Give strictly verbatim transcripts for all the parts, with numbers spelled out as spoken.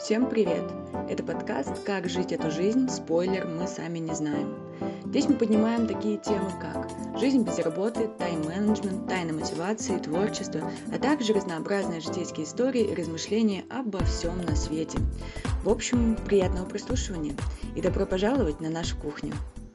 Всем привет! Это подкаст «Как жить эту жизнь?» Спойлер, мы сами не знаем. Здесь мы поднимаем такие темы, как жизнь без работы, тайм-менеджмент, тайна мотивации, творчество, а также разнообразные житейские истории и размышления обо всем на свете. В общем, приятного прослушивания и добро пожаловать на нашу кухню.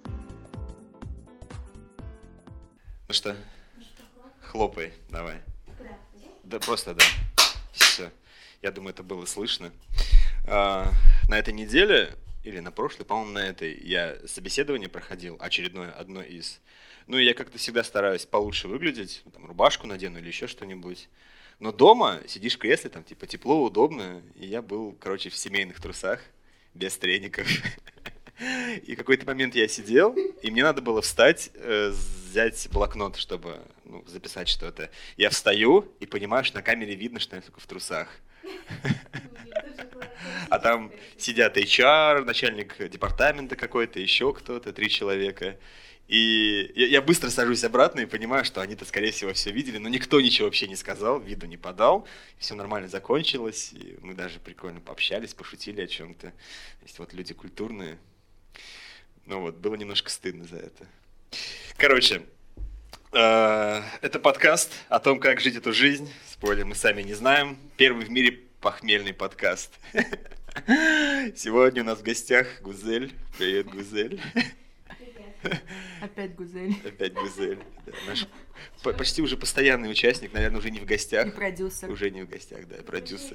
Ну что, хлопай, давай. Да просто, да. Все. Я думаю, это было слышно. А, на этой неделе, или на прошлой, по-моему, на этой, я собеседование проходил, очередное, одно из. Ну, и я как-то всегда стараюсь получше выглядеть, там, рубашку надену или еще что-нибудь. Но дома сидишь в кресле, там, типа, тепло, удобно, и я был, короче, в семейных трусах, без треников. И в какой-то момент я сидел, и мне надо было встать, э, взять блокнот, чтобы ну, записать что-то. Я встаю и понимаю, что на камере видно, что я только в трусах. А там сидят эйч ар, начальник департамента какой-то, еще кто-то, три человека. И я, я быстро сажусь обратно и понимаю, что они-то, скорее всего, все видели, но никто ничего вообще не сказал, виду не подал. Все нормально закончилось, и мы даже прикольно пообщались, пошутили о чем-то. То есть вот люди культурные. Ну вот, было немножко стыдно за это. Короче, э, это подкаст о том, как жить эту жизнь. Спойлер, мы сами не знаем. Первый в мире похмельный подкаст. Сегодня у нас в гостях Гузель. Привет, Гузель. Привет. Опять Гузель. Опять Гузель. Да, наш почти уже постоянный участник, наверное, уже не в гостях. И продюсер. Уже не в гостях, да, продюсер.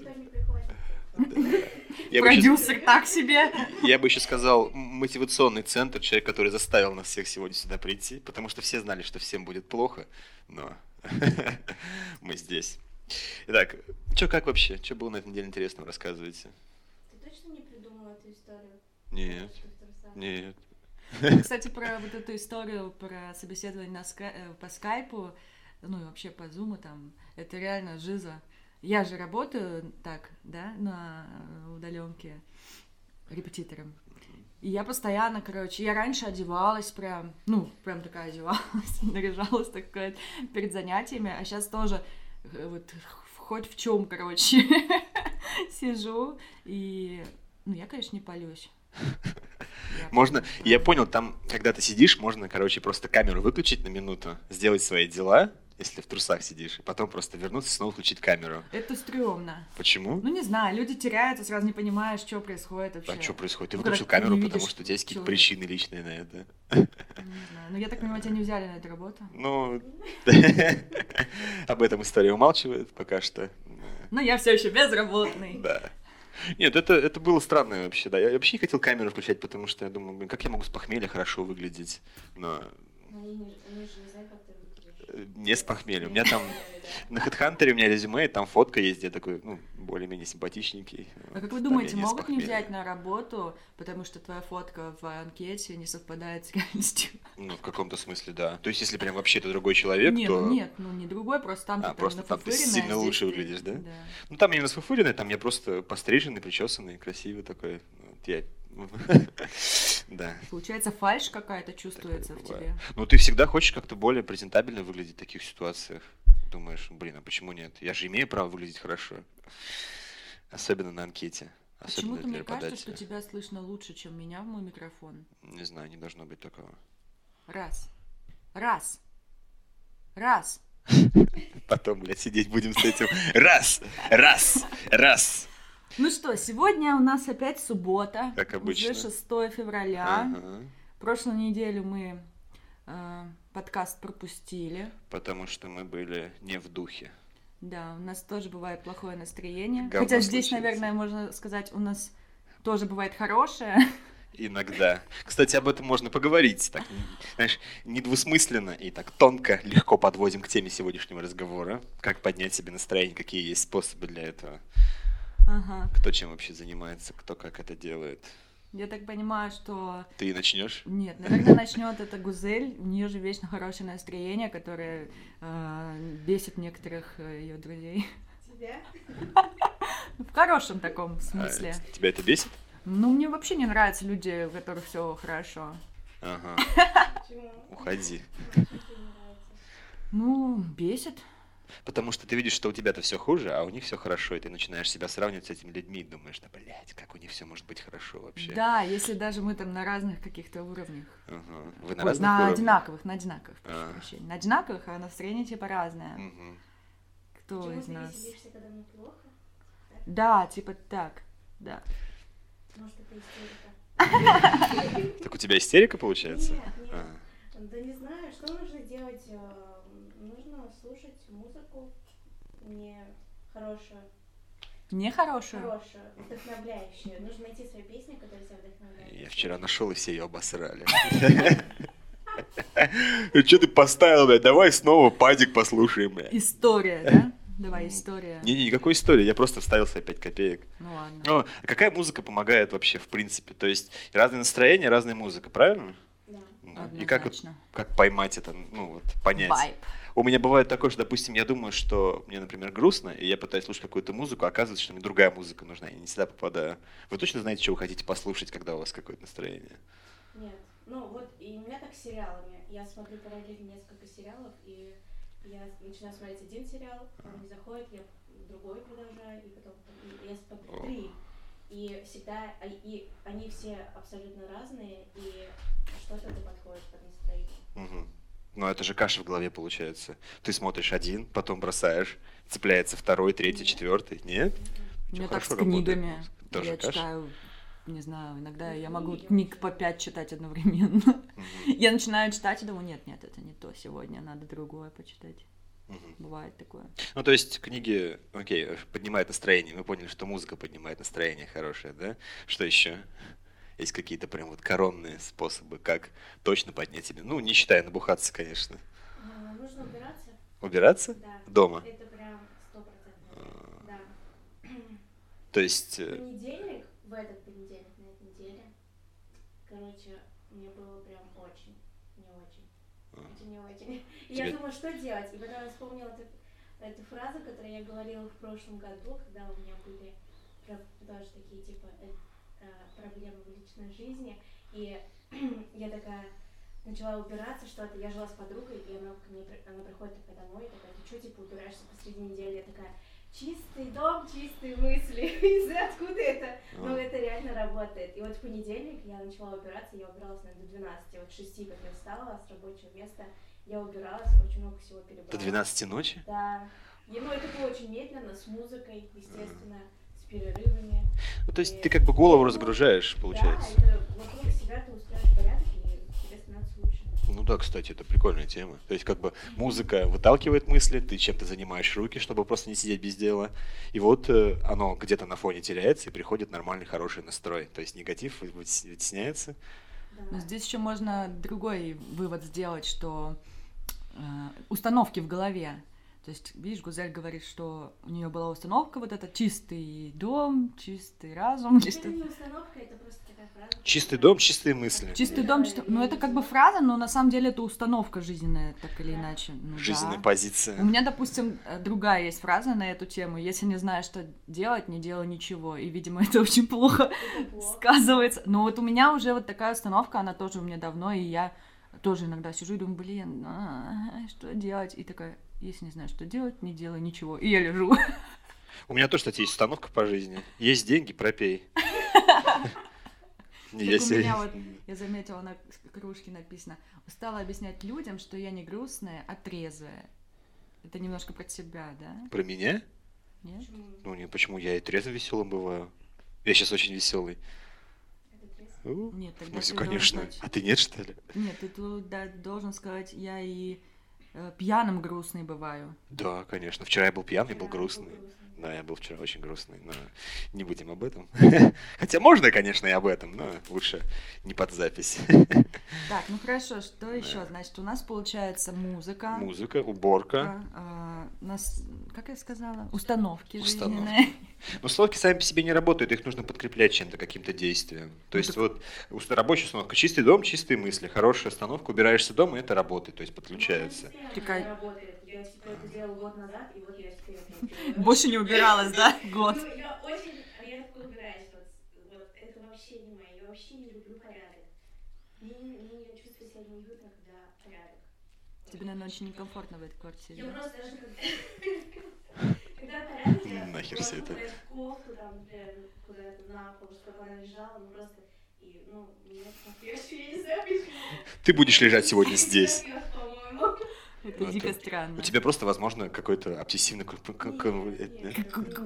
Я продюсер еще, так себе. Я бы еще сказал, мотивационный центр, человек, который заставил нас всех сегодня сюда прийти, потому что все знали, что всем будет плохо, но мы здесь. Итак, что как вообще? Что было на этой неделе интересного? Рассказывайте. Ты точно не придумал эту историю? Нет, нет. Кстати, про вот эту историю, про собеседование на ска... по скайпу, ну и вообще по зуму там, это реально жиза. Я же работаю так, да, на удаленке репетитором. И я постоянно, короче, я раньше одевалась прям, ну, прям такая одевалась, наряжалась такая перед занятиями, а сейчас тоже вот хоть в чем, короче, сижу, и, ну, я, конечно, не палюсь. Я можно, понял. Я понял, там, когда ты сидишь, можно, короче, просто камеру выключить на минуту, сделать свои дела, если в трусах сидишь, и потом просто вернуться и снова включить камеру. Это стрёмно. Почему? Ну, не знаю, люди теряются, сразу не понимаешь, что происходит вообще. А что происходит? Ты ну, выключил камеру, потому что у тебя есть какие-то причины личные на это. Не знаю, ну я так понимаю, тебя не взяли на эту работу? Ну, об этом история умалчивает пока что. Ну, я все еще безработный. Да. Нет, это, это было странно вообще, да. Я вообще не хотел камеру включать, потому что я думал, блин, как я могу с похмелья хорошо выглядеть, но... Не с похмелья. У меня там на HeadHunter у меня резюме, и там фотка есть, где такой, ну, более-менее симпатичненький. А как вы думаете, могут не взять на работу, потому что твоя фотка в анкете не совпадает с реальностью? Ну, в каком-то смысле, да. То есть, если прям вообще ты другой человек, нет, то... Ну, нет, ну не другой, просто там а, ты просто там ты сильно лучше ты... выглядишь, да? да? Ну, там я не насфуфуренный, там я просто постриженный, причесанный, красивый такой. Вот я... Да. Получается, фальшь какая-то чувствуется в тебе. Ну, ты всегда хочешь как-то более презентабельно выглядеть в таких ситуациях. Думаешь, блин, а почему нет? Я же имею право выглядеть хорошо. Особенно на анкете. Особенно Почему-то для мне кажется, работодателя. что тебя слышно лучше, чем меня в мой микрофон. Не знаю, не должно быть такого. Раз. Раз. Раз. Потом, блядь, сидеть будем с этим. Раз. Раз. Раз. Ну что, сегодня у нас опять суббота, как обычно. Уже шестое февраля. Ага. Прошлую неделю мы э, подкаст пропустили. Потому что мы были не в духе. Да, у нас тоже бывает плохое настроение. Говно Хотя здесь, случается. наверное, можно сказать, у нас тоже бывает хорошее. Иногда. Кстати, об этом можно поговорить. Так, знаешь, недвусмысленно и так тонко, легко подводим к теме сегодняшнего разговора. Как поднять себе настроение, какие есть способы для этого. Ага. Кто чем вообще занимается, кто как это делает. Я так понимаю, что... Ты начнешь? Нет, наверное, начнет это Гузель. У нее же вечно хорошее настроение, которое э, бесит некоторых э, ее друзей. Тебя? В хорошем таком смысле. А, тебя это бесит? Ну, мне вообще не нравятся люди, у которых все хорошо. Ага. Уходи. Ну, бесит. Потому что ты видишь, что у тебя-то все хуже, а у них все хорошо, и ты начинаешь себя сравнивать с этими людьми и думаешь, да, блядь, как у них все может быть хорошо вообще. Да, если даже мы там на разных каких-то уровнях. Ага. Вы на Ой, разных на уровнях? одинаковых, на одинаковых, прошу А. прощения. На одинаковых, а настроение типа разное. Мгм. Кто Почему из ты нас? веселишься, когда мне плохо? Да, типа так, да. Может, это истерика? Так у тебя истерика получается? Нет, нет. А. Да не знаю, что нужно делать? э, Нужно слушать музыку не хорошую, Нехорошую? хорошую, вдохновляющую. Нужно найти свои песни, которые тебя вдохновляют. Я вчера нашел, и все ее обосрали. Че ты поставил, блядь? Давай снова падик послушаем, блядь. История, да? Давай, история. Не-не, никакой истории, я просто вставил свои пять копеек. Ну ладно. Ну, а какая музыка помогает вообще, в принципе? То есть разные настроения, разная музыка, правильно? Да. Ну, и как, вот- Однозначно. как поймать это, ну вот, понять? Вайб. У меня бывает такое, что, допустим, я думаю, что мне, например, грустно, и я пытаюсь слушать какую-то музыку, а оказывается, что мне другая музыка нужна, я не всегда попадаю. Вы точно знаете, что вы хотите послушать, когда у вас какое-то настроение? Нет. Ну вот и у меня так с сериалами. Я смотрю параллельно несколько сериалов, и я начинаю смотреть один сериал, он не заходит, я другой продолжаю, и потом и я смотрю О. три. И всегда, а- и они все абсолютно разные, и что-то да подходит под настроение. Мгм. Ну, это же каша в голове получается. Ты смотришь один, потом бросаешь, цепляется второй, третий, Нет. четвертый. Нет? У меня Чё, так с хорошо работает книгами. мозг? Тоже Я каша? читаю, не знаю, иногда Ну, я могу книги книг вообще. по пять читать одновременно. Мгм. Я начинаю читать и думаю, нет, нет, это не то сегодня, надо другое почитать. Мгм. Бывает такое. Ну, то есть книги, окей, поднимают настроение. Мы поняли, что музыка поднимает настроение хорошее, да? Что еще? Есть какие-то прям вот коронные способы, как точно поднять себе? Ну, не считая набухаться, конечно. А, Нужно убираться. Убираться Да. дома. Это прям стопроцентно. Да. То есть, В э, понедельник, в этот понедельник, на этой неделе, короче, мне было прям очень, не очень, очень не очень. И я Тебе- думала, что делать. И потом я вспомнила эту, эту фразу, которую я говорила в прошлом году, когда у меня были про- тоже такие, типа, э, э, проблемы в личной жизни. И я такая начала убираться что-то. Я жила с подругой, и она ко мне, при- она приходит такая домой, и такая, ты что, типа, убираешься посреди недели? Я такая, чистый дом, чистые мысли. И за откуда это? Ну, А. это реально работает. И вот в понедельник я начала убираться, я убиралась, наверное, до двенадцати. Вот с шести, как я встала с рабочего места, я убиралась, очень много всего перебрала. до двенадцати ночи? Да. И, ну, это было очень медленно, с музыкой, естественно, с перерывами. Ну, то есть И- ты как бы голову Ну, разгружаешь, получается. Да, это вокруг себя ты устраиваешь порядок, и тебе становится лучше. Ну да, кстати, это прикольная тема. То есть как бы музыка выталкивает мысли, ты чем-то занимаешь руки, чтобы просто не сидеть без дела. И вот э, оно где-то на фоне теряется, и приходит нормальный, хороший настрой. То есть негатив вы- вытес- вытесняется. Да. Но здесь еще можно другой вывод сделать, что э, установки в голове. То есть, видишь, Гузель говорит, что у нее была установка вот это чистый дом, чистый разум. или Это что- не установка, это просто такая фраза. Чистый которая- дом, чистые мысли. Чистый дом, чисто... ну это как бы фраза, но на самом деле это установка жизненная, так или Да. иначе. Ну, Жизненная да. позиция. У меня, допустим, э, другая есть фраза на эту тему. Если не знаешь, что делать, не делай ничего. И, видимо, это очень плохо Это плохо. сказывается. Но вот у меня уже вот такая установка, она тоже у меня давно, и я тоже иногда сижу и думаю, блин, а, что делать? И такая, если не знаю, что делать, не делай ничего. И я лежу. У меня тоже, кстати, есть установка по жизни. Есть деньги, пропей. Не, я Так у себе- меня вот, я заметила, на кружке написано, устала объяснять людям, что я не грустная, а трезвая. Это немножко про тебя, да? Про меня? Нет? Почему? Ну, не, почему я и трезво веселым бываю. Я сейчас очень веселый. Это треск? У, Нет, В тогда смысле, ты должен конечно. сказать- А ты нет, что ли? Нет, ты тут да, должен сказать, я и э, пьяным грустный бываю. Да, конечно. Вчера я был пьяный, был Вчера грустный. грустный. Да, я был вчера очень грустный, но не будем об этом. Хотя можно, конечно, и об этом, но лучше не под запись. Так, ну хорошо, что еще? Значит, у нас получается музыка. Музыка, уборка. а, нас, как я сказала, установки Установки. жизненные. Но установки сами по себе не работают, их нужно подкреплять чем-то, каким-то действием. То Ну есть так- вот уста- рабочая установка, чистый дом, чистые мысли, хорошая установка, убираешься дома, и это работает, то есть подключается. Ну, Такая- она работает. Я типа это делала год назад, и вот я теперь это делаю. Больше не убиралась, да, год. Ну, я очень редко убираюсь. Вот, вот это вообще не мое. Я вообще не люблю порядок. Мне, не- мне не чувствую себя неуютно, когда порядок. тебе, наверное, очень некомфортно в этой квартире. Я да? просто даже когда... Когда порядок, я Нахер всё это. кладу кофту там, например, куда-то на пол, чтобы она лежала, ну просто... И, ну, меня смотришь, я не знаю, почему. Ты будешь лежать сегодня здесь. По-моему. Это Ну, дико это- странно. У тебя просто, возможно, какой-то обсессивный... к- к- к- Нет, э,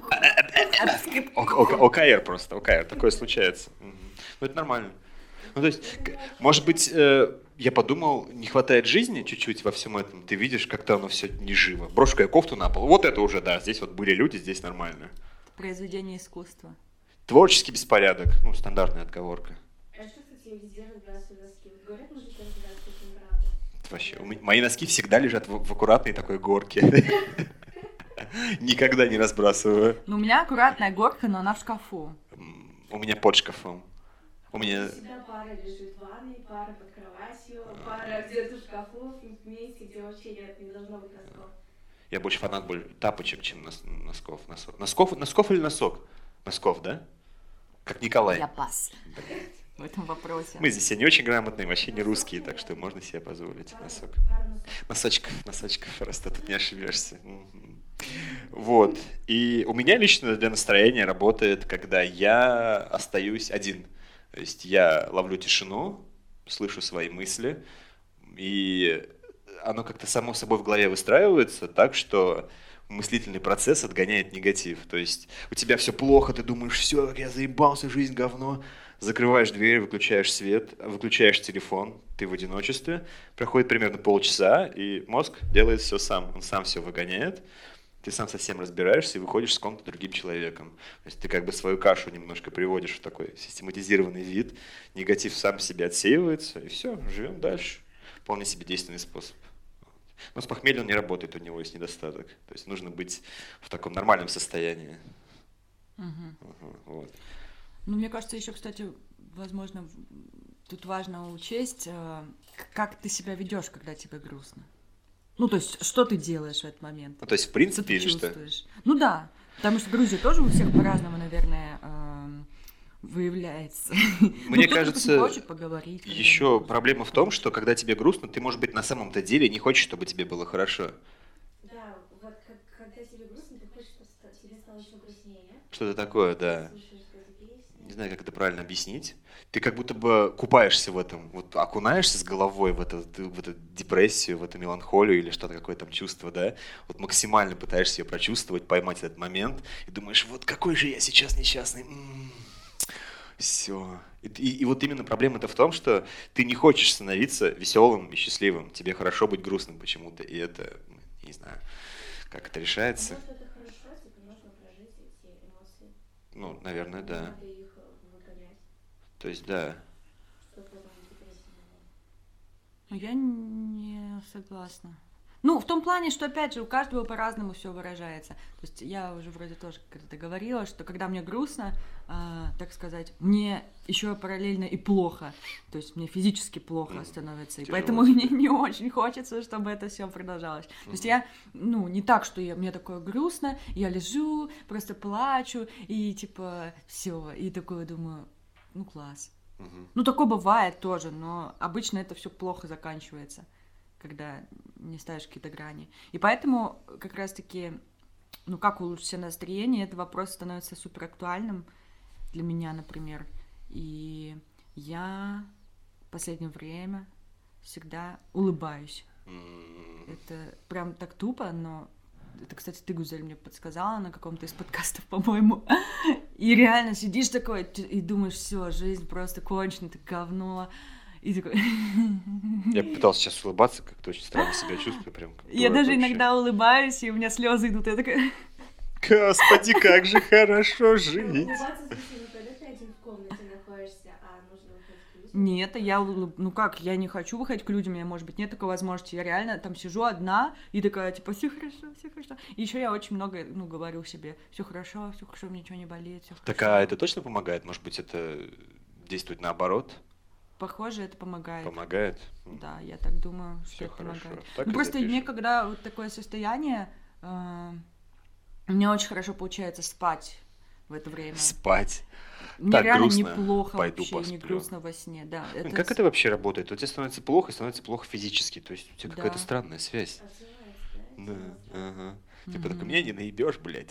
нет, О- о- ОКР просто, ОКР, такое случается. Мгм. Ну, это нормально. Ну, то есть, к- может быть, э, я подумал, не хватает жизни чуть-чуть во всем этом. Ты видишь, как-то оно все не живо. Брошу-ка я кофту на пол. Вот это уже, да, здесь вот были люди, здесь нормально. Произведение искусства. Творческий беспорядок, ну, стандартная отговорка. А что, кстати, я везде разбрасываю носки? Вот говорят, мужики разбрасывают, это неправда. Это вообще, у меня- мои носки всегда лежат в, в аккуратной такой горке. Никогда не разбрасываю. Ну, у меня аккуратная горка, но она в шкафу. М, У меня под шкафом. У меня... Всегда пара лежит в ванной, пара под кроватью, пара где-то в шкафу, в месте, где вообще нет, не должно быть носков. Я больше фанат боль- тапочек, чем нос- носков. Носок. Носков, носков или носок? Носков, да? Как Николай. Я пас в этом вопросе. Мы здесь все не очень грамотные, вообще не русские, так что можно себе позволить носок. Пара носков. Носочков, носочков, просто тут не ошибешься. Мгм. Вот. И у меня лично для настроения работает, когда я остаюсь один. То есть я ловлю тишину, слышу свои мысли, и оно как-то само собой в голове выстраивается так, что мыслительный процесс отгоняет негатив. То есть у тебя все плохо, ты думаешь, все, я заебался, жизнь говно. Закрываешь дверь, выключаешь свет, выключаешь телефон, ты в одиночестве. Проходит примерно полчаса, и мозг делает все сам. Он сам все выгоняет. Ты сам совсем разбираешься и выходишь с комнаты другим человеком. То есть ты как бы свою кашу немножко приводишь в такой систематизированный вид. Негатив сам в себе отсеивается, и все, живем дальше. Вполне себе действенный способ. Но с похмельем он не работает, у него есть недостаток. То есть нужно быть в таком нормальном состоянии. Мгм. Ага, вот. Ну, мне кажется, еще, кстати, возможно, в- тут важно учесть, э, к- как ты себя ведешь, когда тебе грустно. Ну, то есть, что ты делаешь в этот момент? Ну, то есть, в Что принципе, ты или что? чувствуешь? Ну да, потому что грусть же тоже у всех по-разному, наверное, эм, выявляется. Ну, Мне кто-то кажется, не хочет поговорить. когда еще ему грустно. проблема в том, что когда тебе грустно, ты, может быть, на самом-то деле не хочешь, чтобы тебе было хорошо. Да, вот как, когда тебе грустно, ты хочешь, чтобы ста- тебе стало еще грустнее. Что-то такое, да. Слушаешь какие-то песни. Не знаю, как это правильно объяснить. Ты как будто бы купаешься в этом, вот окунаешься с головой в эту, в эту депрессию, в эту меланхолию или что-то, какое там чувство, да? Вот максимально пытаешься ее прочувствовать, поймать этот момент и думаешь, вот какой же я сейчас несчастный. Все. И, и- и вот именно проблема-то в том, что ты не хочешь становиться веселым и счастливым. Тебе хорошо быть грустным почему-то. И это, ну, не знаю, как это решается. Может, это хорошо, типа, нужно прожить эти эмоции. Ну, наверное, Не да. надо их э, выгонять, То есть, да. чтобы потом депрессия не было. Ну, я не согласна. Ну, в том плане, что, опять же, у каждого по-разному все выражается. То есть я уже вроде тоже когда-то говорила, что когда мне грустно, а, так сказать, мне еще параллельно и плохо. То есть мне физически плохо Мгм. становится. И Тяжело поэтому тебе. мне не очень хочется, чтобы это все продолжалось. То есть Мгм. я, ну, не так, что я, мне такое грустно, я лежу, просто плачу, и типа все. И такое думаю, ну класс. Мгм. Ну, такое бывает тоже, но обычно это все плохо заканчивается, когда не ставишь какие-то грани. И поэтому как раз-таки, ну, как улучшить себе настроение, этот вопрос становится супер актуальным для меня, например. И я в последнее время всегда улыбаюсь. М. Это прям так тупо, но это, кстати, ты, Гузель, мне подсказала на каком-то из подкастов, по-моему. И реально сидишь такой т- и думаешь, все, жизнь просто кончена, это говно. И такой... Я пытался сейчас улыбаться, как-то очень странно себя чувствую, прям как Я дурак даже вообще. иногда улыбаюсь, и у меня слезы идут. Я такая... Господи, как же хорошо жить. Улыбаться, в смысле, ну, когда ты один в комнате находишься, а нужно выходить к людям. Нет, я улыб... ну как, я не хочу выходить к людям, у меня, может быть, нет такой возможности. Я реально там сижу одна и такая, типа, все хорошо, все хорошо. И еще я очень много, ну, говорю себе, все хорошо, все хорошо, мне ничего не болит, все Так, хорошо. а это точно помогает? Может быть, это действует наоборот? Похоже, это помогает. Помогает? Да, я так думаю, что Все это хорошо. помогает. Так Ну, и просто запишем. мне, когда вот такое состояние, э, мне очень хорошо получается спать. в это время. Спать. Мне Так реально грустно. неплохо Пойду вообще, не посплю. грустно во сне, да. Блин, Как это вообще работает? У тебя становится плохо, и становится плохо физически. То есть у тебя Да. какая-то странная связь. Отзывается, да? Да, Отзывается. ага. Типа, так Мгм. меня не наебешь, блядь.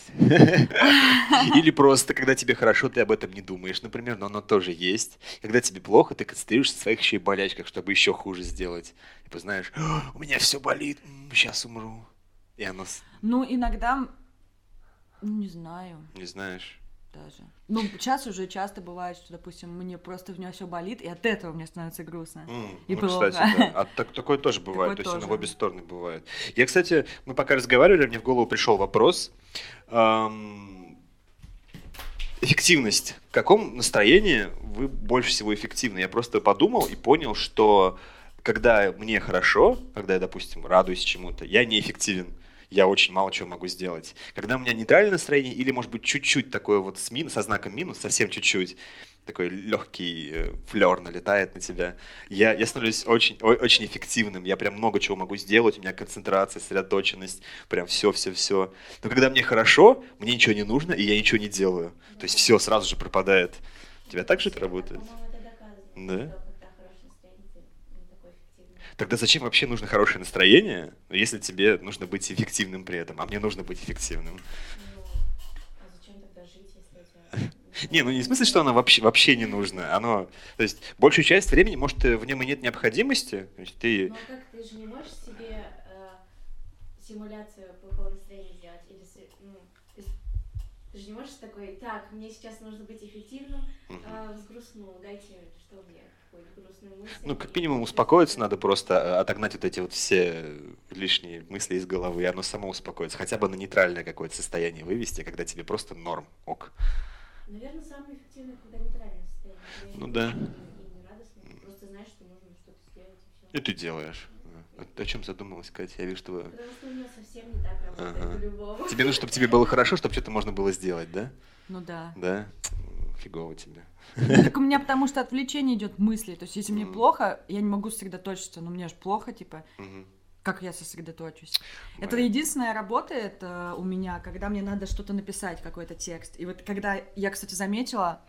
Или просто, когда тебе хорошо, ты об этом не думаешь, например, но оно тоже есть. Когда тебе плохо, ты концентрируешься на своих еще и болячках, чтобы еще хуже сделать. Типа, знаешь, «А, у меня все болит, сейчас умру. И оно, с- Ну, иногда, ну, не знаю не знаешь. даже. Ну, сейчас уже часто бывает, что, допустим, мне просто в нее все болит, и от этого мне становится грустно. М, И ну, плохо. кстати, да. А так, такое тоже бывает. Такое То есть оно в тоже. обе стороны бывает. Я, кстати, мы пока разговаривали, мне в голову пришел вопрос. Ам, Эффективность. В каком настроении вы больше всего эффективны? Я просто подумал и понял, что когда мне хорошо, когда я, допустим, радуюсь чему-то, я неэффективен. Я очень мало чего могу сделать. Когда у меня нейтральное настроение, или, может быть, чуть-чуть такое вот с мин- со знаком минус, совсем чуть-чуть, такой легкий э, флер налетает на тебя, я, я становлюсь очень, о- очень эффективным. Я прям много чего могу сделать, у меня концентрация, сосредоточенность, прям все-все-все. Но когда мне хорошо, мне ничего не нужно, и я ничего не делаю. То есть все сразу же пропадает. У тебя так же это работает? По-моему, это доказано. Да? Что когда хорошее настроение, ты не такой эффективный. Тогда зачем вообще нужно хорошее настроение, если тебе нужно быть эффективным при этом? А мне нужно быть эффективным. Ну, а зачем тогда жить, если у тебя... Не, ну не в смысле, что оно вообще, вообще не нужно. Оно, то есть, большую часть времени, может, э, в нем и нет необходимости. То есть ты... Ну а как ты же не можешь себе э, симуляцию плохого настроения сделать? Или, с- ну, то есть ты же не можешь такой, так, мне сейчас нужно быть эффективным, Мгм. а взгрустнул, дайте, что мне, какую-нибудь грустную мысль. Ну, как и минимум, чувствую успокоиться себя. надо просто, э, отогнать вот эти вот все лишние мысли из головы, и оно само успокоится. Хотя бы на нейтральное какое-то состояние вывести, когда тебе просто норм, ок. Наверное, самое эффективное, когда нейтральное состояние. когда Ну не да. грустно И не радостно, ты просто знаешь, что нужно что-то сделать, и все. И ты делаешь. Да. А О чем задумалась, Катя? Я вижу, что... вы- Потому что у меня совсем не так работает Ага. по-любому. Тебе нужно, чтобы тебе было хорошо, чтобы что-то можно было сделать, да? Ну да. Да? М, Фигово тебе. Ну, так у меня потому что отвлечение идет мысли. То есть, если мне Мгм. плохо, я не могу сосредоточиться. Но мне же плохо, типа, Мгм. как я сосредоточусь? Это Понятно. единственное работает э, у меня, когда мне надо что-то написать, какой-то текст. И вот когда я, кстати, заметила,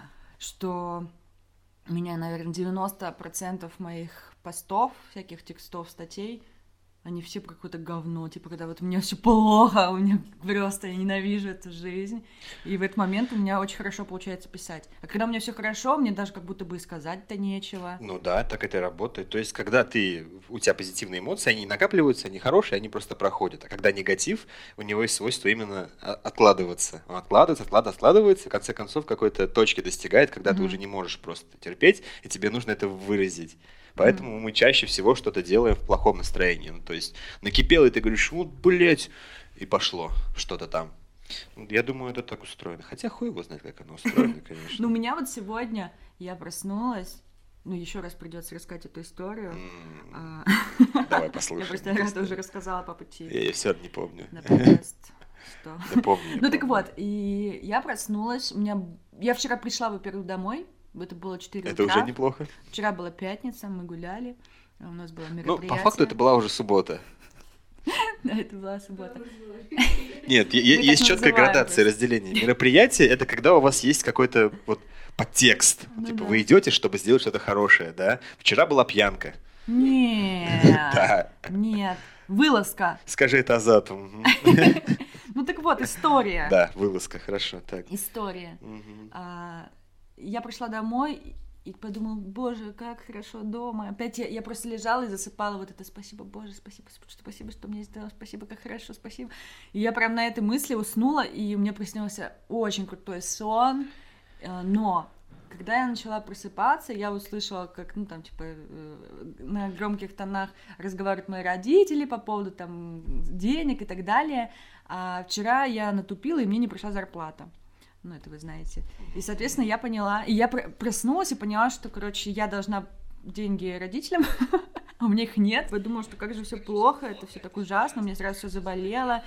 что у меня, наверное, девяносто процентов моих постов, всяких текстов, статей, они все про какое-то говно, типа, когда вот мне все плохо, у меня просто я ненавижу эту жизнь. И в этот момент у меня очень хорошо получается писать. А когда у меня все хорошо, мне даже как будто бы и сказать-то нечего. Ну да, так это и работает. То есть, когда ты, у тебя позитивные эмоции, они накапливаются, они хорошие, они просто проходят. А когда негатив, у него есть свойство именно а- откладываться. Он откладывается, откладывается, откладывается, и в конце концов какой-то точки достигает, когда ты Мгм. уже не можешь просто терпеть, и тебе нужно это выразить. Поэтому мы чаще всего что-то делаем в плохом настроении. Ну, то есть накипело, и ты говоришь, вот, блядь, и пошло что-то там. Ну, Я думаю, это так устроено. Хотя хуй его знает, как оно устроено, конечно. Ну, у меня вот сегодня я проснулась, ну, еще раз придется рассказать эту историю. М, А, Давай Я послушаем. просто эту раз историю. уже рассказала по пути Я все не помню. на подкаст. Что? Да помню. я Ну так помню. вот, и я проснулась, у меня... Я вчера пришла, во-первых, домой, это было четыре Это утра. уже неплохо. Вчера была пятница, мы гуляли, а у нас было Ну, мероприятие. по факту это была уже суббота. Да, это была суббота. Нет, е- е- Мы есть так четкая называем градация просто. разделения. Мероприятие это когда у вас есть какой-то вот подтекст. Ну Типа да. вы идете, чтобы сделать что-то хорошее, да? Вчера была пьянка. Нет, Да. нет, вылазка. Скажи это Азату. Мгм. Ну так вот, история. Да, вылазка, хорошо. Так. История. Мгм. А, я пришла домой и подумала, боже, как хорошо дома. Опять я, я просто лежала и засыпала вот это спасибо, боже, спасибо, что- спасибо, что мне сделал, спасибо, как хорошо, спасибо. И я прям на этой мысли уснула, и мне приснился очень крутой сон, э, но когда я начала просыпаться, я услышала, как, ну, там, типа, э, на громких тонах разговаривают мои родители по поводу, там, денег и так далее. А вчера я натупила, и мне не пришла зарплата. Ну, это вы знаете. И, соответственно, я поняла, и я пр- проснулась и поняла, что, короче, я должна деньги родителям, а у меня их нет. Я думала, что как же все плохо, это все так ужасно, у меня сразу все заболело.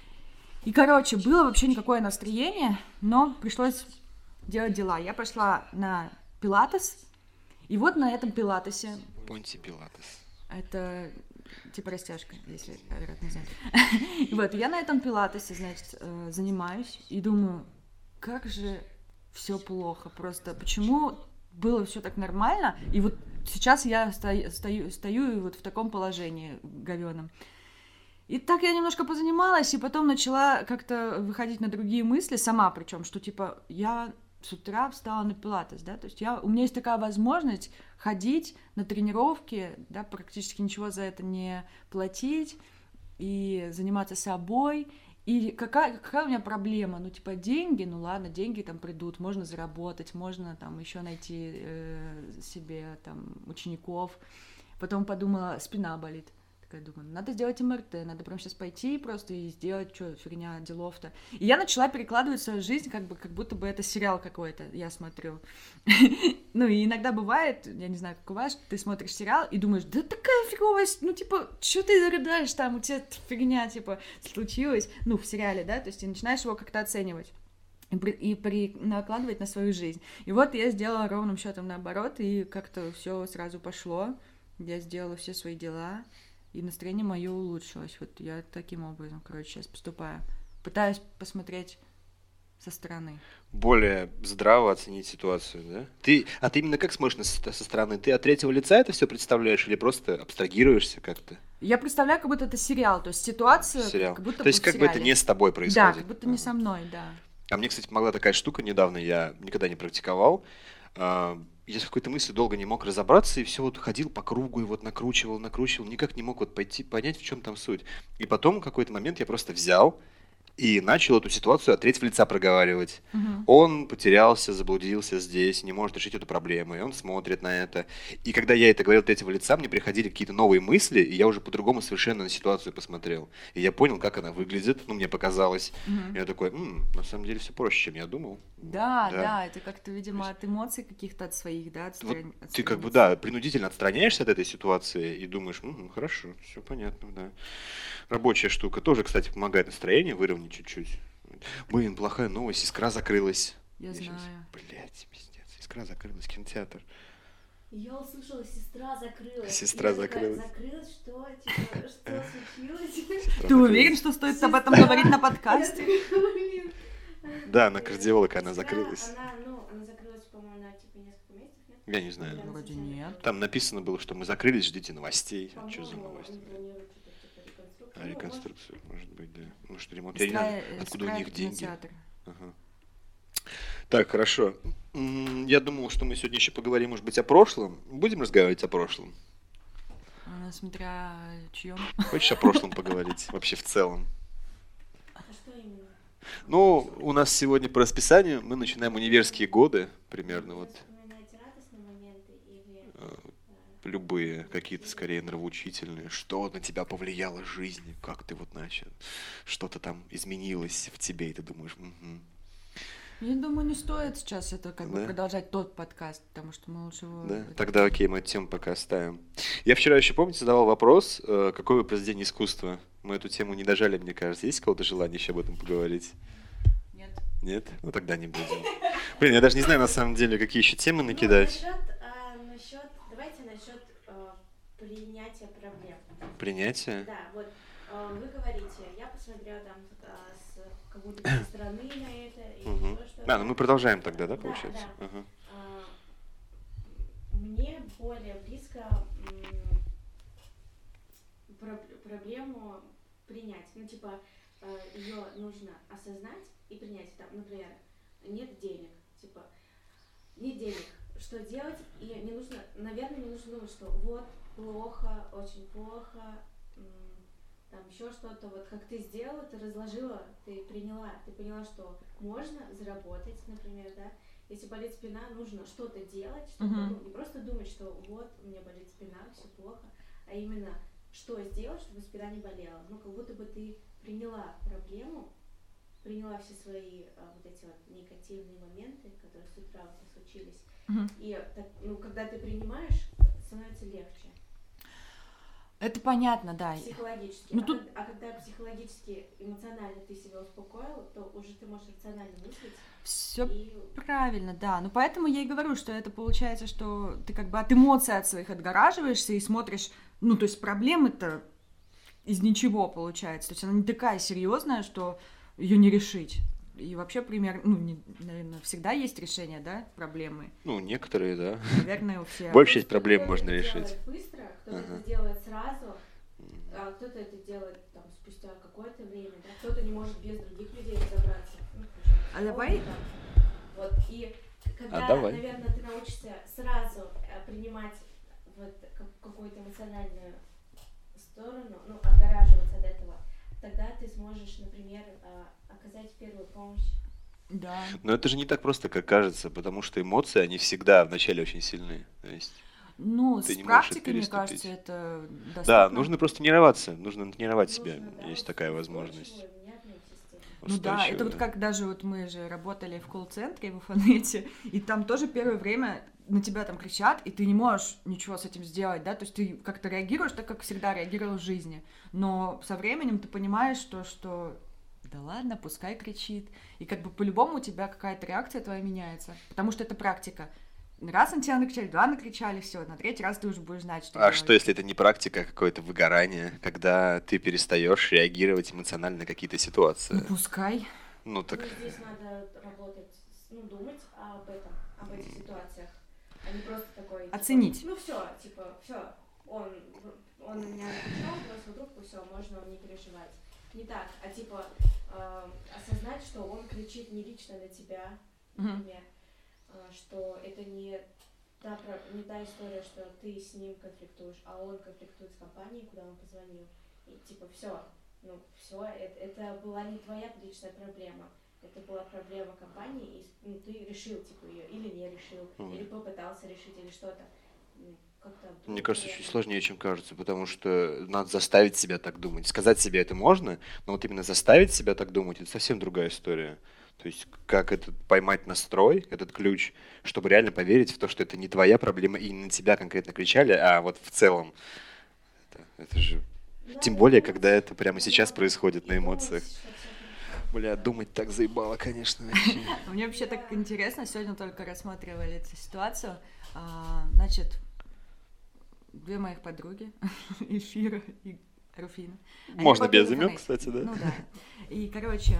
И, короче, было вообще никакое настроение, но пришлось делать дела. Я пошла на пилатес, и вот на этом пилатесе, Понти Пилатес. это типа растяжка, если ребят не знают. Вот, я на этом пилатесе, значит, э, занимаюсь и думаю, как же все плохо просто. Почему было все так нормально, и вот сейчас я стою, стою, стою вот в таком положении говёном. И так я немножко позанималась, и потом начала как-то выходить на другие мысли, сама причем, что типа я с утра встала на пилатес, да, то есть я, у меня есть такая возможность ходить на тренировки, да, практически ничего за это не платить, и заниматься собой. И какая, какая у меня проблема? Ну, типа, деньги, ну ладно, деньги там придут, можно заработать, можно там еще найти э, себе там учеников. Потом подумала, спина болит. Такая думаю, надо сделать эм эр тэ, надо прям сейчас пойти просто и сделать, что фигня, делов-то. И я начала перекладывать свою жизнь, как бы, как будто бы это сериал какой-то, я смотрю. Ну, и иногда бывает, я не знаю, как у вас, ты смотришь сериал и думаешь, да такая фиговая, ну, типа, что ты рыдаешь там, у тебя фигня, типа, случилась, ну, в сериале, да, то есть ты начинаешь его как-то оценивать и, при, и при, накладывать на свою жизнь. И вот я сделала ровным счетом наоборот, и как-то все сразу пошло, я сделала все свои дела, и настроение мое улучшилось. Вот я таким образом, короче, сейчас поступаю. Пытаюсь посмотреть со стороны. Более здраво оценить ситуацию, да? Ты, а ты именно как смотришь со стороны? Ты от третьего лица это все представляешь или просто абстрагируешься как-то? Я представляю, как будто это сериал, то есть ситуация, сериал. как будто то есть как бы это не с тобой происходит? Да, как будто не со мной, да. А мне, кстати, помогла такая штука недавно, я никогда не практиковал. Я с какой-то мыслью долго не мог разобраться, и все вот ходил по кругу, и вот накручивал, накручивал, никак не мог вот пойти, понять, в чем там суть. И потом в какой-то момент я просто взял и начал эту ситуацию от третьего лица проговаривать. Угу. Он потерялся, заблудился здесь, не может решить эту проблему, и он смотрит на это. И когда я это говорил от третьего лица, мне приходили какие-то новые мысли, и я уже по-другому совершенно на ситуацию посмотрел. И я понял, как она выглядит, ну, мне показалось. Угу. И я такой, м-м, на самом деле все проще, чем я думал. Да, да, да, это как-то, видимо, от эмоций каких-то, от своих, да, отстран... вот ты как бы, да, принудительно отстраняешься от этой ситуации и думаешь, м-м, хорошо, все понятно, да. Рабочая штука тоже, кстати, помогает настроение выровнять чуть-чуть. Блин, плохая новость, Искра закрылась. Я, я знаю. Сейчас, блядь, пиздец, Искра закрылась, кинотеатр. Я услышала, сестра закрылась. Сестра я закрылась. Такая, закрылась, что? Типа, что случилось? Сестра Ты уверен, что стоит сестра... об этом говорить на подкасте? Да, на кардиолога она закрылась. Она, ну, она закрылась, по-моему, на типа несколько месяцев, нет? Я не знаю. Вроде нет. Там написано было, что мы закрылись, ждите новостей. А что за новости? А, реконструкцию, может быть, да. Ну что, ремонт. Я не знаю, откуда у них деньги. Ага. Так, хорошо. Я думал, что мы сегодня еще поговорим, может быть, о прошлом. Будем разговаривать о прошлом? Смотря о чьем. Хочешь о прошлом поговорить? Вообще в целом. А что именно? Ну, у нас сегодня по расписанию мы начинаем универские годы, примерно вот. Любые, какие-то скорее нравоучительные. Что на тебя повлияло в жизни? Как ты вот начал? Что-то там изменилось в тебе, и ты думаешь, угу. Я думаю, не стоит сейчас это как да? бы продолжать тот подкаст, потому что мы лучше его... Да, тогда окей, мы эту тему пока оставим. Я вчера еще, помните, задавал вопрос, какое вы произведение искусства? Мы эту тему не дожали, мне кажется. Есть у кого-то желание еще об этом поговорить? Нет. Нет? Ну тогда не будем. Блин, я даже не знаю, на самом деле, какие еще темы накидать. Ну, насчет, а, насчет, давайте насчет а, принятия проблем. Принятие? Да, вот а, вы говорите, я посмотрела там а, с какой-то со стороны на это, и угу. еще что-то. А, ну мы продолжаем тогда, да, да получается? Да. Ага. А, мне более близко м, про- проблему принять. Ну, типа, э, ее нужно осознать и принять. Там, например, нет денег. Типа, нет денег. Что делать? И не нужно, наверное, не нужно думать, что вот, плохо, очень плохо, м, там еще что-то. Вот как ты сделала, ты разложила, ты приняла, ты поняла, что можно заработать, например, да. Если болит спина, нужно что-то делать, чтобы uh-huh. ну, не просто думать, что вот, у меня болит спина, все плохо, а именно что сделать, чтобы спина не болела. Ну, как будто бы ты приняла проблему, приняла все свои а, вот эти вот негативные моменты, которые с утра у тебя случились. Uh-huh. И так, ну, когда ты принимаешь, становится легче. Это понятно, да. Психологически. Ну, а, тут... когда, а когда психологически, эмоционально ты себя успокоил, то уже ты можешь рационально мыслить. Все и... правильно, да. Ну, поэтому я и говорю, что это получается, что ты как бы от эмоций от своих отгораживаешься и смотришь, ну, то есть проблемы-то из ничего получается. То есть она не такая серьезная, что ее не решить. и вообще пример, ну, не, наверное, всегда есть решение, да, проблемы. Ну, некоторые, да. Наверное, у всех. Большая часть проблем Кто-то можно это решить. делает быстро, кто-то Ага. это делает сразу, а кто-то это делает там спустя какое-то время, да? Кто-то не может без других людей разобраться. Ну, причем А психолог, давай- да. Вот, и когда, А давай. наверное, ты научишься сразу э, принимать вот как- какую-то эмоциональную сторону, ну, отгораживаться от этого, тогда ты сможешь, например, э, оказать первую помощь. Да. Но это же не так просто, как кажется, потому что эмоции, они всегда вначале очень сильны. То есть, Ну, Ты с не можешь практикой, мне переступить. кажется, это доступно. да, нужно просто тренироваться, нужно тренировать себя, Нужно, да, есть такая устойчивую, возможность. внятную систему. Ну да, это Устойчивая, вот да. как даже вот мы же работали в колл-центре в Уфанете, и там тоже первое время на тебя там кричат, и ты не можешь ничего с этим сделать, да, то есть ты как-то реагируешь так, как всегда реагировал в жизни, но со временем ты понимаешь, что, что да ладно, пускай кричит, и как бы по-любому у тебя какая-то реакция твоя меняется, потому что это практика. Раз на тебя накричали, два накричали, все, на третий раз ты уже будешь знать, что А делать. что, если это не практика, а какое-то выгорание, когда ты перестаешь реагировать эмоционально на какие-то Ну ситуации? пускай. Ну так, Ну, здесь надо работать, с- ну, думать об этом, об этих ситуациях, а не просто такой... типа, Оценить. ну, все, типа, все, он, он на меня накричал, бросил трубку, все, можно не переживать. Не так, а типа э, осознать, что он кричит не лично на тебя, Мгм. например, э, что это не та, про- не та история, что ты с ним конфликтуешь, а он конфликтует с компанией, куда он позвонил. И типа все, ну все, это, это была не твоя личная проблема, это была проблема компании, и ну, ты решил типа ее или не решил, Мгм. или попытался решить, или что-то. М, Как-то мне обдумать, кажется, наверное. чуть сложнее, чем кажется, потому что надо заставить себя так думать. Сказать себе это можно, но вот именно заставить себя так думать, это совсем другая история. То есть как это поймать настрой, этот ключ, чтобы реально поверить в то, что это не твоя проблема, и не на тебя конкретно кричали, а вот в целом. Это, это же... Да, Тем и более, думать, когда это прямо да, сейчас происходит и на думать, эмоциях. что всё хорошо. Бля, Да. думать так заебало, конечно, вообще. Мне вообще так интересно, сегодня только рассматривали эту ситуацию. А, значит, две моих подруги, Эльфира и Руфина. Они Можно работают без в имен, Фонете. кстати, да? Ну да. И, короче,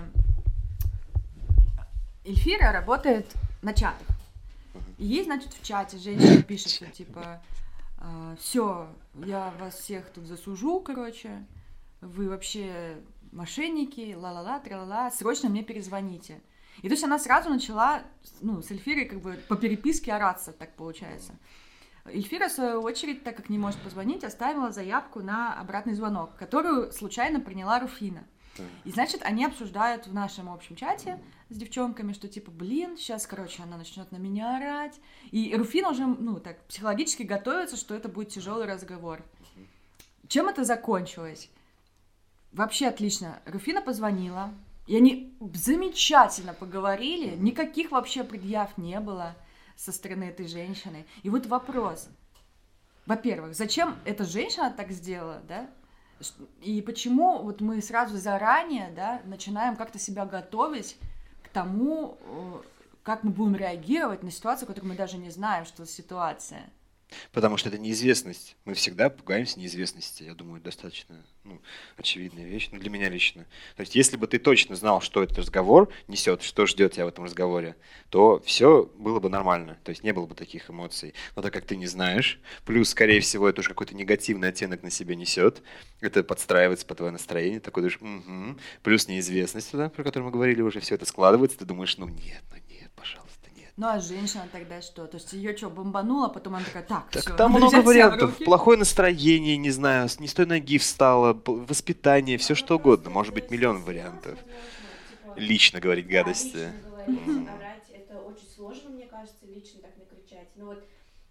Эльфира работает на чатах. И ей, значит, в чате женщина пишет, что типа, все, я вас всех тут засужу, короче, вы вообще мошенники, ла-ла-ла, тра-ла-ла, срочно мне перезвоните. И то есть она сразу начала, ну, с Эльфирой как бы по переписке ораться, так получается. Эльфира, в свою очередь, так как не может позвонить, оставила заявку на обратный звонок, которую случайно приняла Руфина. И, значит, они обсуждают в нашем общем чате с девчонками, что типа, блин, сейчас, короче, она начнет на меня орать. И Руфина уже, ну, так, психологически готовится, что это будет тяжелый разговор. Чем это закончилось? Вообще отлично. Руфина позвонила, и они замечательно поговорили, никаких вообще предъяв не было со стороны этой женщины. И вот вопрос. Во-первых, зачем эта женщина так сделала, да? И почему вот мы сразу заранее, да, начинаем как-то себя готовить к тому, как мы будем реагировать на ситуацию, которую мы даже не знаем, что за ситуация. Потому что это неизвестность. Мы всегда пугаемся неизвестности. Я думаю, достаточно ну, очевидная вещь, ну, для меня лично. То есть, если бы ты точно знал, что этот разговор несет, что ждет тебя в этом разговоре, то все было бы нормально. То есть, не было бы таких эмоций. Но так как ты не знаешь, плюс, скорее всего, это уже какой-то негативный оттенок на себе несет, это подстраивается по твое настроение, такой думаешь, угу. Плюс неизвестность, да, про которую мы говорили уже, все это складывается, ты думаешь, ну нет, ну нет, пожалуйста. Ну а женщина тогда что? То есть ее что, бомбануло, потом она такая, так, Так все, там много вариантов. Плохое настроение, не знаю, не с той ноги встала, воспитание, все что угодно. Может быть, миллион вариантов. Лично говорить гадости. Да, лично говорить, орать, это очень сложно, мне кажется, лично так накричать. Ну вот,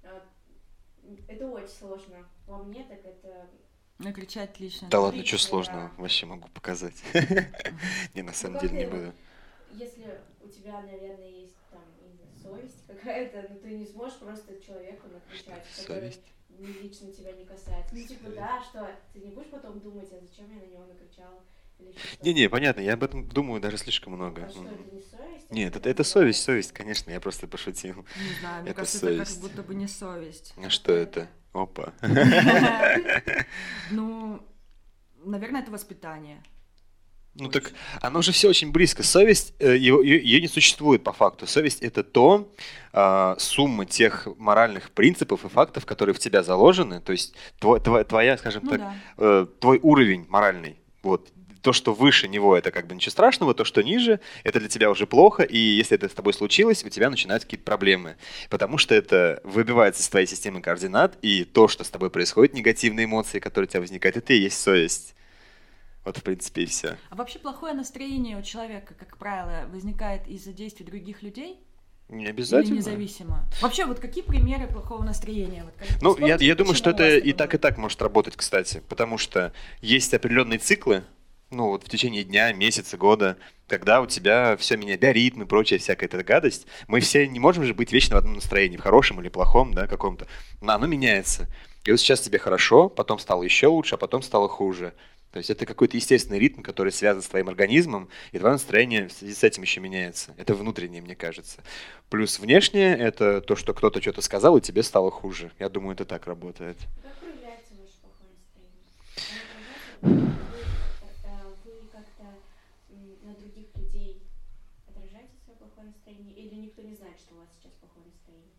это очень сложно. По мне, так это... Накричать лично. Да ладно, что Лично, сложного? да. Вообще могу показать. Не, на самом Ну, деле не как ты, буду. Если у тебя, наверное, есть там именно совесть какая-то, но ты не сможешь просто человеку накричать, который Совесть? ни лично тебя не касается. Ну, типа, да, что ты не будешь потом думать, а зачем я на него накричала? Или еще что-то. Не-не, понятно, я об этом думаю даже слишком много. А что, Мгм. это не совесть? Нет, это, когда это ты совесть, говоришь? совесть, конечно, я просто пошутил. Не знаю, мне Это кажется, это совесть. как будто бы не совесть. А что это? Опа. Ну, наверное, это воспитание. Ну очень. так оно же все очень близко. Совесть, э, ее, ее- ее не существует по факту. Совесть это то, а, сумма тех моральных принципов и фактов, которые в тебя заложены. То есть твой, твоя, твоя, скажем Ну так, да. э, твой уровень моральный. Вот. То, что выше него, это как бы ничего страшного, то, что ниже, это для тебя уже плохо, и если это с тобой случилось, у тебя начинаются какие-то проблемы. Потому что это выбивается из твоей системы координат, и то, что с тобой происходит, негативные эмоции, которые у тебя возникают, это и есть совесть. Вот, в принципе, и все. А вообще плохое настроение у человека, как правило, возникает из-за действий других людей Не или обязательно. независимо? Вообще, вот какие примеры плохого настроения? Вот, как- Ну, я, вспомните, я думаю, почему что у вас это так и так, и бывает? так может работать, кстати. Потому что есть определенные циклы, ну, вот в течение дня, месяца, года, когда у тебя все меняет, биоритм и прочая всякая эта гадость. Мы все не можем же быть вечно в одном настроении, в хорошем или плохом, да, каком-то. Но оно меняется. И вот сейчас тебе хорошо, потом стало еще лучше, а потом стало хуже. То есть это какой-то естественный ритм, который связан с твоим организмом, и твое настроение в связи с этим еще меняется. Это внутреннее, мне кажется. Плюс внешнее — это то, что кто-то что-то сказал, и тебе стало хуже. Я думаю, это так работает. Как проявляется ваше плохое настроение? Оно отражается, вы, э, вы как-то м, на других людей отражаете свое плохое настроение? Или никто не знает, что у вас сейчас плохое настроение?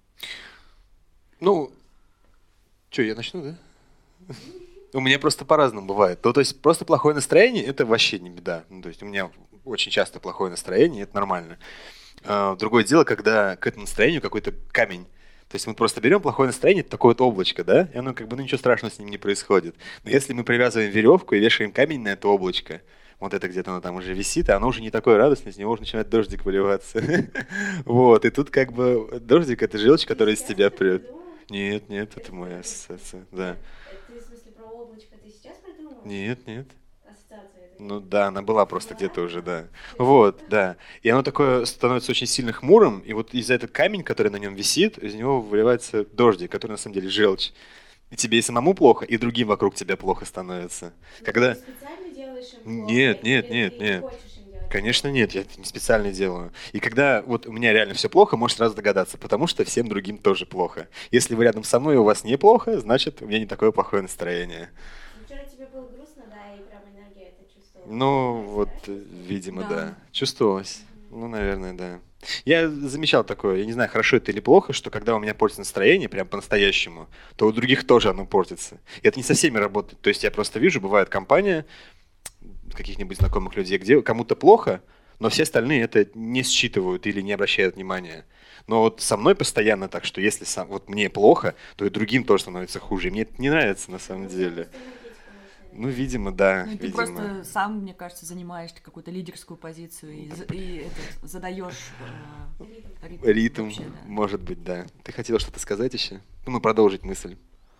Ну, что, я начну, да? У меня просто по-разному бывает. Ну, то есть просто плохое настроение — это вообще не беда. Ну, то есть у меня очень часто плохое настроение, это нормально. А, другое дело, когда к этому настроению какой-то камень. То есть мы просто берем плохое настроение, это такое вот облачко, да, и оно как бы, ну ничего страшного с ним не происходит. Но если мы привязываем веревку и вешаем камень на это облачко, вот это где-то оно там уже висит, а оно уже не такое радостное, с него уже начинает дождик выливаться. Вот, и тут как бы дождик — это желчь, которая из тебя прет. Нет, нет, это моя ассоциация, да. Ты, в смысле, про облачко ты сейчас придумал? Нет, нет. Ассоциация это. Ну да, она была просто где-то уже, да. Вот, да. И оно такое становится очень сильно хмурым, и вот из-за этого камень, который на нем висит, из него выливается дождик, который на самом деле желчь. И тебе и самому плохо, и другим вокруг тебя плохо становится. Но Когда... ты специально делаешь им плохо? Нет, нет, или нет, ты нет. хочешь им делать Конечно, плохо? нет, я это не специально делаю. И когда вот у меня реально все плохо, можешь сразу догадаться, потому что всем другим тоже плохо. Если вы рядом со мной и у вас неплохо, значит, у меня не такое плохое настроение. Ну, вчера тебе было грустно, да, и прям энергия это чувствовала. Ну, вот, Да, э, видимо, Да. да. Чувствовалось. Ну, наверное, да. Я замечал такое, я не знаю, хорошо это или плохо, что когда у меня портится настроение, прям по-настоящему, то у других тоже оно портится. И это не со всеми работает. То есть я просто вижу, бывает компания каких-нибудь знакомых людей, где кому-то плохо, но все остальные это не считывают или не обращают внимания. Но вот со мной постоянно так, что если сам, вот мне плохо, то и другим тоже становится хуже. И мне это не нравится на самом деле. Ну, видимо, да, Ну, и ты видимо. просто сам, мне кажется, занимаешь какую-то лидерскую позицию и, за- и этот, задаешь э, ритм. Ритм, вообще, да. может быть, да. Ты хотела что-то сказать еще? Ну, продолжить мысль.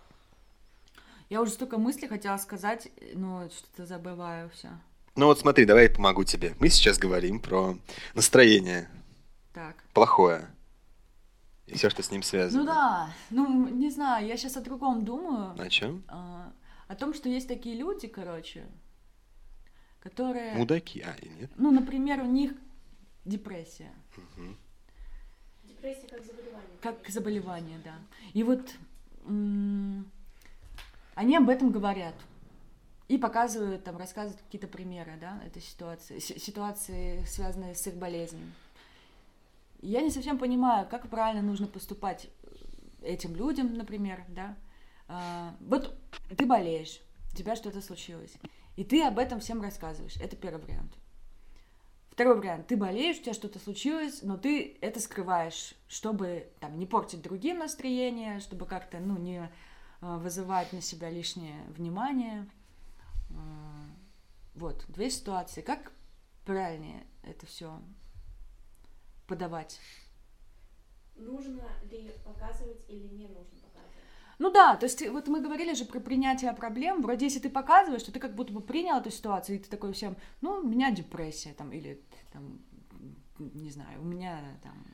Я уже столько мыслей хотела сказать, но что-то забываю все. Ну вот смотри, давай я помогу тебе. Мы сейчас говорим про настроение Так. плохое и все, что с ним связано. Ну да, ну не знаю, я сейчас о другом думаю. О чем? а, О том, что есть такие люди, короче, которые, Мудаки. А, и нет? ну, например, у них депрессия, Мгм. Депрессия как заболевание. как заболевание, да. И вот м, они об этом говорят и показывают, там, рассказывают какие-то примеры, да, этой ситуации, си- ситуации, связанные с их болезнью. И я не совсем понимаю, как правильно нужно поступать этим людям, например, да. А, вот ты болеешь, у тебя что-то случилось, и ты об этом всем рассказываешь. Это первый вариант. Второй вариант. Ты болеешь, у тебя что-то случилось, но ты это скрываешь, чтобы там не портить другим настроение, чтобы как-то, ну, не а, вызывать на себя лишнее внимание. А, Вот, две ситуации. Как правильнее это все подавать? Нужно ли показывать или не нужно показывать? Ну да, то есть ты- вот мы говорили же про принятие проблем. Вроде если ты показываешь, то ты как будто бы принял эту ситуацию, и ты такой всем, ну, у меня депрессия, там, или там, не знаю, у меня там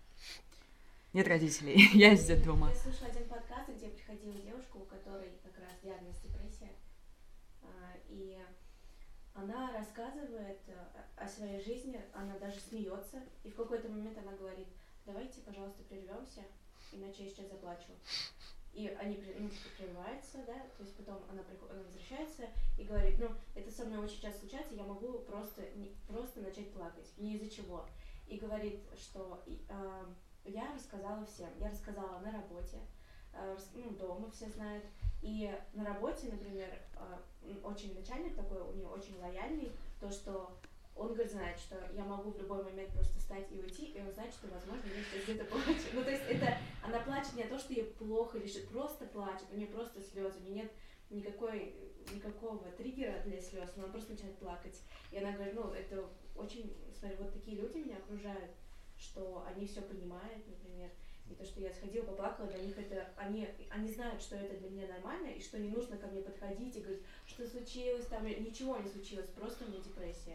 нет родителей, я из детдома. Я слышала один подкаст, где приходила девушка, у которой как раз диагноз депрессия, а, и она рассказывает э, о своей жизни, она даже смеется, и в какой-то момент она говорит: давайте, пожалуйста, прервемся, иначе я сейчас заплачу. и они ну, прерываются, да, то есть потом она, приходит, она возвращается и говорит, ну, это со мной очень часто случается, я могу просто, не, просто начать плакать, ни из-за чего. И говорит, что э, я рассказала всем, я рассказала на работе, э, ну, дома все знают, и на работе, например, э, очень начальник такой, у нее очень лояльный, то, что он, говорит, знает, что я могу в любой момент просто встать и уйти, и он знает, что, возможно, я сейчас где-то плачу. Ну, то есть это, она плачет не то, что ей плохо или что, просто плачет, у нее просто слезы, у нее нет никакой, никакого триггера для слез, но она просто начинает плакать. И она говорит, ну, это очень, смотри, вот такие люди меня окружают, что они все понимают, например, и то, что я сходила, поплакала, для них это, они, они знают, что это для меня нормально, и что не нужно ко мне подходить и говорить, что случилось, там, ничего не случилось, просто у меня депрессия.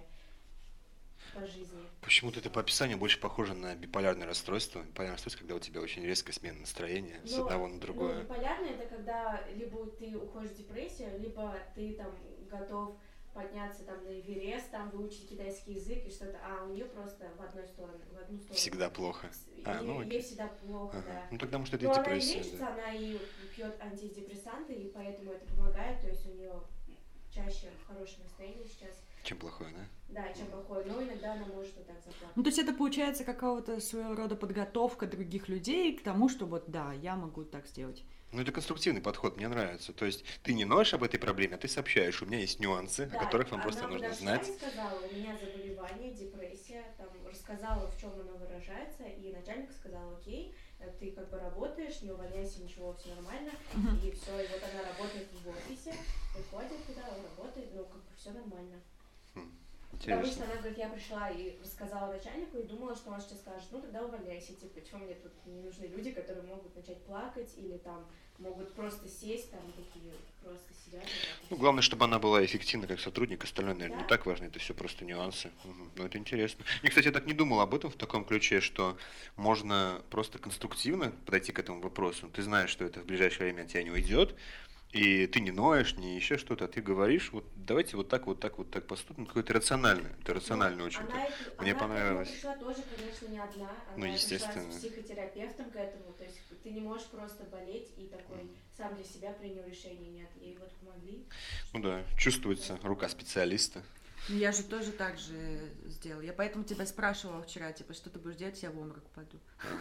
По жизни. Почему-то это по описанию больше похоже на биполярное расстройство. Биполярное расстройство, когда у тебя очень резкая смена настроения но, с одного на другое. Ну, биполярное это когда либо ты уходишь в депрессию, либо ты там готов подняться там на Эверест, там выучить китайский язык и что-то, а у нее просто в одной сторону, в одну сторону. Всегда плохо. А, ей, ну, ей всегда плохо, ага. да. Ну тогда может это но и депрессия. Она и лечится, да. она и пьет антидепрессанты, и поэтому это помогает, то есть у нее чаще хорошее настроение сейчас. Чем плохое, да? Да, чем плохое, но иногда она может вот так заплакать. Ну, то есть это получается какого-то своего рода подготовка других людей к тому, что вот, да, я могу так сделать. Ну, это конструктивный подход, мне нравится. То есть ты не ноешь об этой проблеме, а ты сообщаешь, у меня есть нюансы, да, о которых вам просто нужно знать. Она сказала, у меня заболевание, депрессия, там, рассказала, в чем оно выражается, и начальник сказал, окей, ты как бы работаешь, не увольняйся, ничего, все нормально, uh-huh. и все, и вот она работает в офисе, приходит туда, работает, ну, как бы все нормально. Хм. Потому что она говорит, я пришла и рассказала начальнику и думала, что он сейчас скажет, ну тогда увольняйся, типа, чего мне тут не нужны люди, которые могут начать плакать или там могут просто сесть, там такие просто сидят. Ну, главное, чтобы она была эффективна как сотрудник, остальное, наверное, да? не так важно, это все просто нюансы. Угу. Ну, это интересно. И, кстати, я так не думал об этом в таком ключе, что можно просто конструктивно подойти к этому вопросу. Ты знаешь, что это в ближайшее время от тебя не уйдет, и ты не ноешь, не еще что-то, а ты говоришь, вот давайте вот так, вот так, вот так поступим, какой-то рациональный, это рационально очень. Она, Мне она понравилось. Она пришла тоже, конечно, не одна, она ну, естественно. пришла с психотерапевтом к этому, то есть ты не можешь просто болеть и такой сам для себя принял решение, нет, ей вот помогли. Ну да, чувствуется рука специалиста. Ну, я же тоже так же сделала. Я поэтому тебя спрашивала вчера, типа, что ты будешь делать, я в обморок упаду.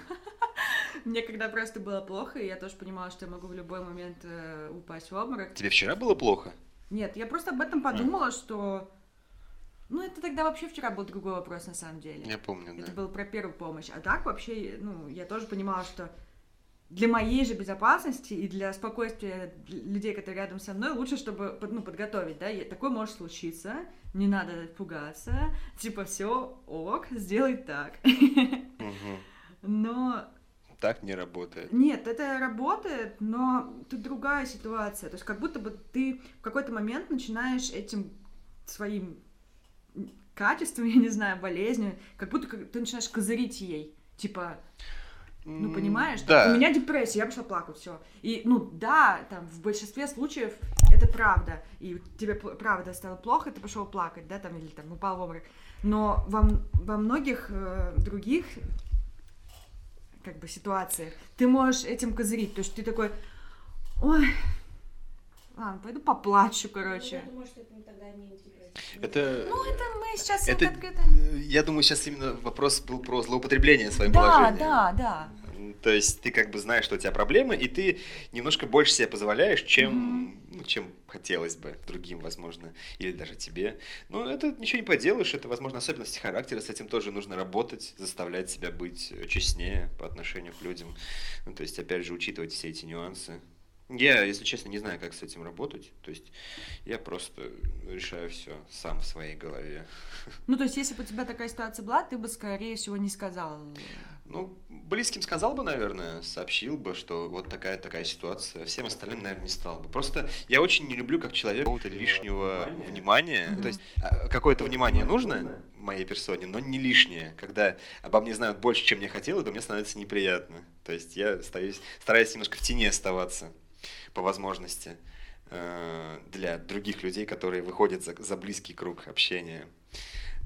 Мне когда просто было плохо, и я тоже понимала, что я могу в любой момент э, упасть в обморок. Тебе вчера было плохо? Нет, я просто об этом подумала, а. что... Ну, это тогда вообще вчера был другой вопрос, на самом деле. Я помню, да. Это было про первую помощь. А так вообще, ну, я тоже понимала, что для моей же безопасности и для спокойствия людей, которые рядом со мной, лучше, чтобы, ну, подготовить, да, такое может случиться, не надо пугаться, типа, все, ок, сделай так. Но... Так не работает. Нет, это работает, но тут другая ситуация. То есть как будто бы ты в какой-то момент начинаешь этим своим качеством, я не знаю, болезнью, как будто ты начинаешь козырить ей. Типа, ну, понимаешь? Да. У меня депрессия, я пошла плакать, все. И, ну, да, там, в большинстве случаев это правда. И тебе правда стало плохо, ты пошел плакать, да, там, или там упал в обморок. Но во, во многих э, других как бы ситуациях ты можешь этим козырить. То есть ты такой, ой, ладно, пойду поплачу, короче. Ну, я думаю, что это тогда не депрессия. Это... Ну, это мы сейчас это... открыто... Я думаю, сейчас именно вопрос был про злоупотребление своим да, положением. Да, да, да. То есть ты как бы знаешь, что у тебя проблемы, и ты немножко больше себе позволяешь, чем, mm-hmm. ну, чем хотелось бы другим, возможно, или даже тебе. Но это ничего не поделаешь, это, возможно, особенности характера, с этим тоже нужно работать, заставлять себя быть честнее по отношению к людям. Ну, то есть, опять же, учитывать все эти нюансы. Я, если честно, не знаю, как с этим работать. То есть я просто решаю все сам в своей голове. Ну, то есть, если бы у тебя такая ситуация была, ты бы, скорее всего, не сказал. Ну, близким сказал бы, наверное, сообщил бы, что вот такая-такая ситуация. Всем остальным, наверное, не стал бы. Просто я очень не люблю, как человек, какого-то лишнего внимания. Mm-hmm. То есть какое-то внимание нужно моей персоне, но не лишнее. Когда обо мне знают больше, чем я хотел, то мне становится неприятно. То есть я стараюсь, стараюсь немножко в тени оставаться по возможности для других людей, которые выходят за, за близкий круг общения.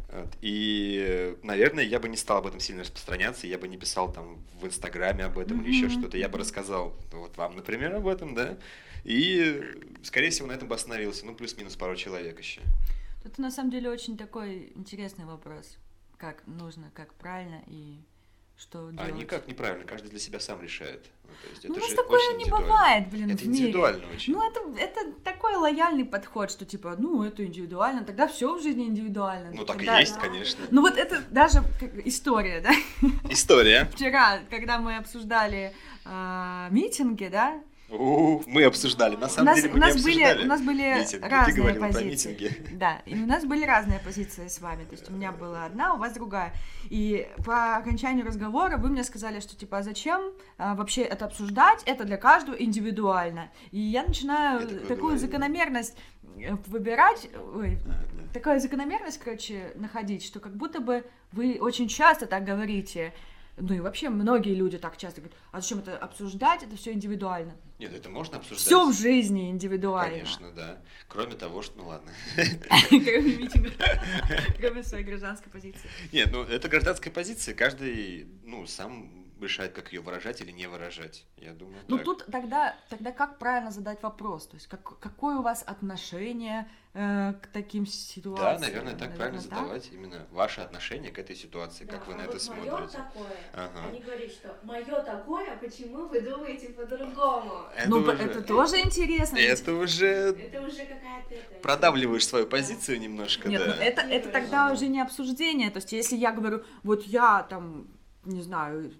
Вот. И, наверное, я бы не стал об этом сильно распространяться, я бы не писал там в Инстаграме об этом или еще Мгм. что-то. Я бы рассказал вот вам, например, об этом, да, и, скорее всего, на этом бы остановился. Ну, плюс-минус пару человек еще. Это на самом деле очень такой интересный вопрос. Как нужно, как правильно и что А делать. никак неправильно, каждый для себя сам решает. Ну, то есть Ну, у это нас же такое очень не индивидуально. бывает, блин, Это в мире. индивидуально очень. Ну, это, это такой лояльный подход, что типа, ну, это индивидуально, тогда все в жизни индивидуально. Ну, так Тогда- и есть, конечно. Ну, вот это даже как история, да? История. Вчера, когда мы обсуждали а, митинги, да, У, мы обсуждали. На у самом нас, деле у мы не нас были, обсуждали у нас были митинги. Ты разные говорила про позиции. митинги. Да, и у нас были разные позиции с вами. То есть у меня была одна, у вас другая. И по окончанию разговора вы мне сказали, что типа, а зачем а, вообще это обсуждать? Это для каждого индивидуально. И я начинаю Я такое такую говорила. закономерность э, выбирать, ой, А, да. такая закономерность, короче, находить, что как будто бы вы очень часто так говорите. Ну и вообще многие люди так часто говорят, а зачем это обсуждать, это все индивидуально. Нет, это можно обсуждать. Все в жизни индивидуально. Конечно, да. Кроме того, что... Ну ладно. Кроме митинга, кроме своей гражданской позиции. Нет, ну это гражданская позиция. Каждый, ну, сам решает, как ее выражать или не выражать. Я думаю, Ну так. тут тогда, тогда как правильно задать вопрос? То есть как, какое у вас отношение э, к таким Да, ситуациям? наверное, так правильно задавать именно ваше отношение к этой ситуации, как вы а на это вот моё смотрите. такое, Ага. они говорят, что мое такое, почему вы думаете по-другому? Это Ну, уже- это тоже интересно. ведь- Это уже Это уже какая-то... это- продавливаешь свою позицию немножко, Нет, да. ну это, это тогда уже не обсуждение. То есть если я говорю, вот я там, не знаю,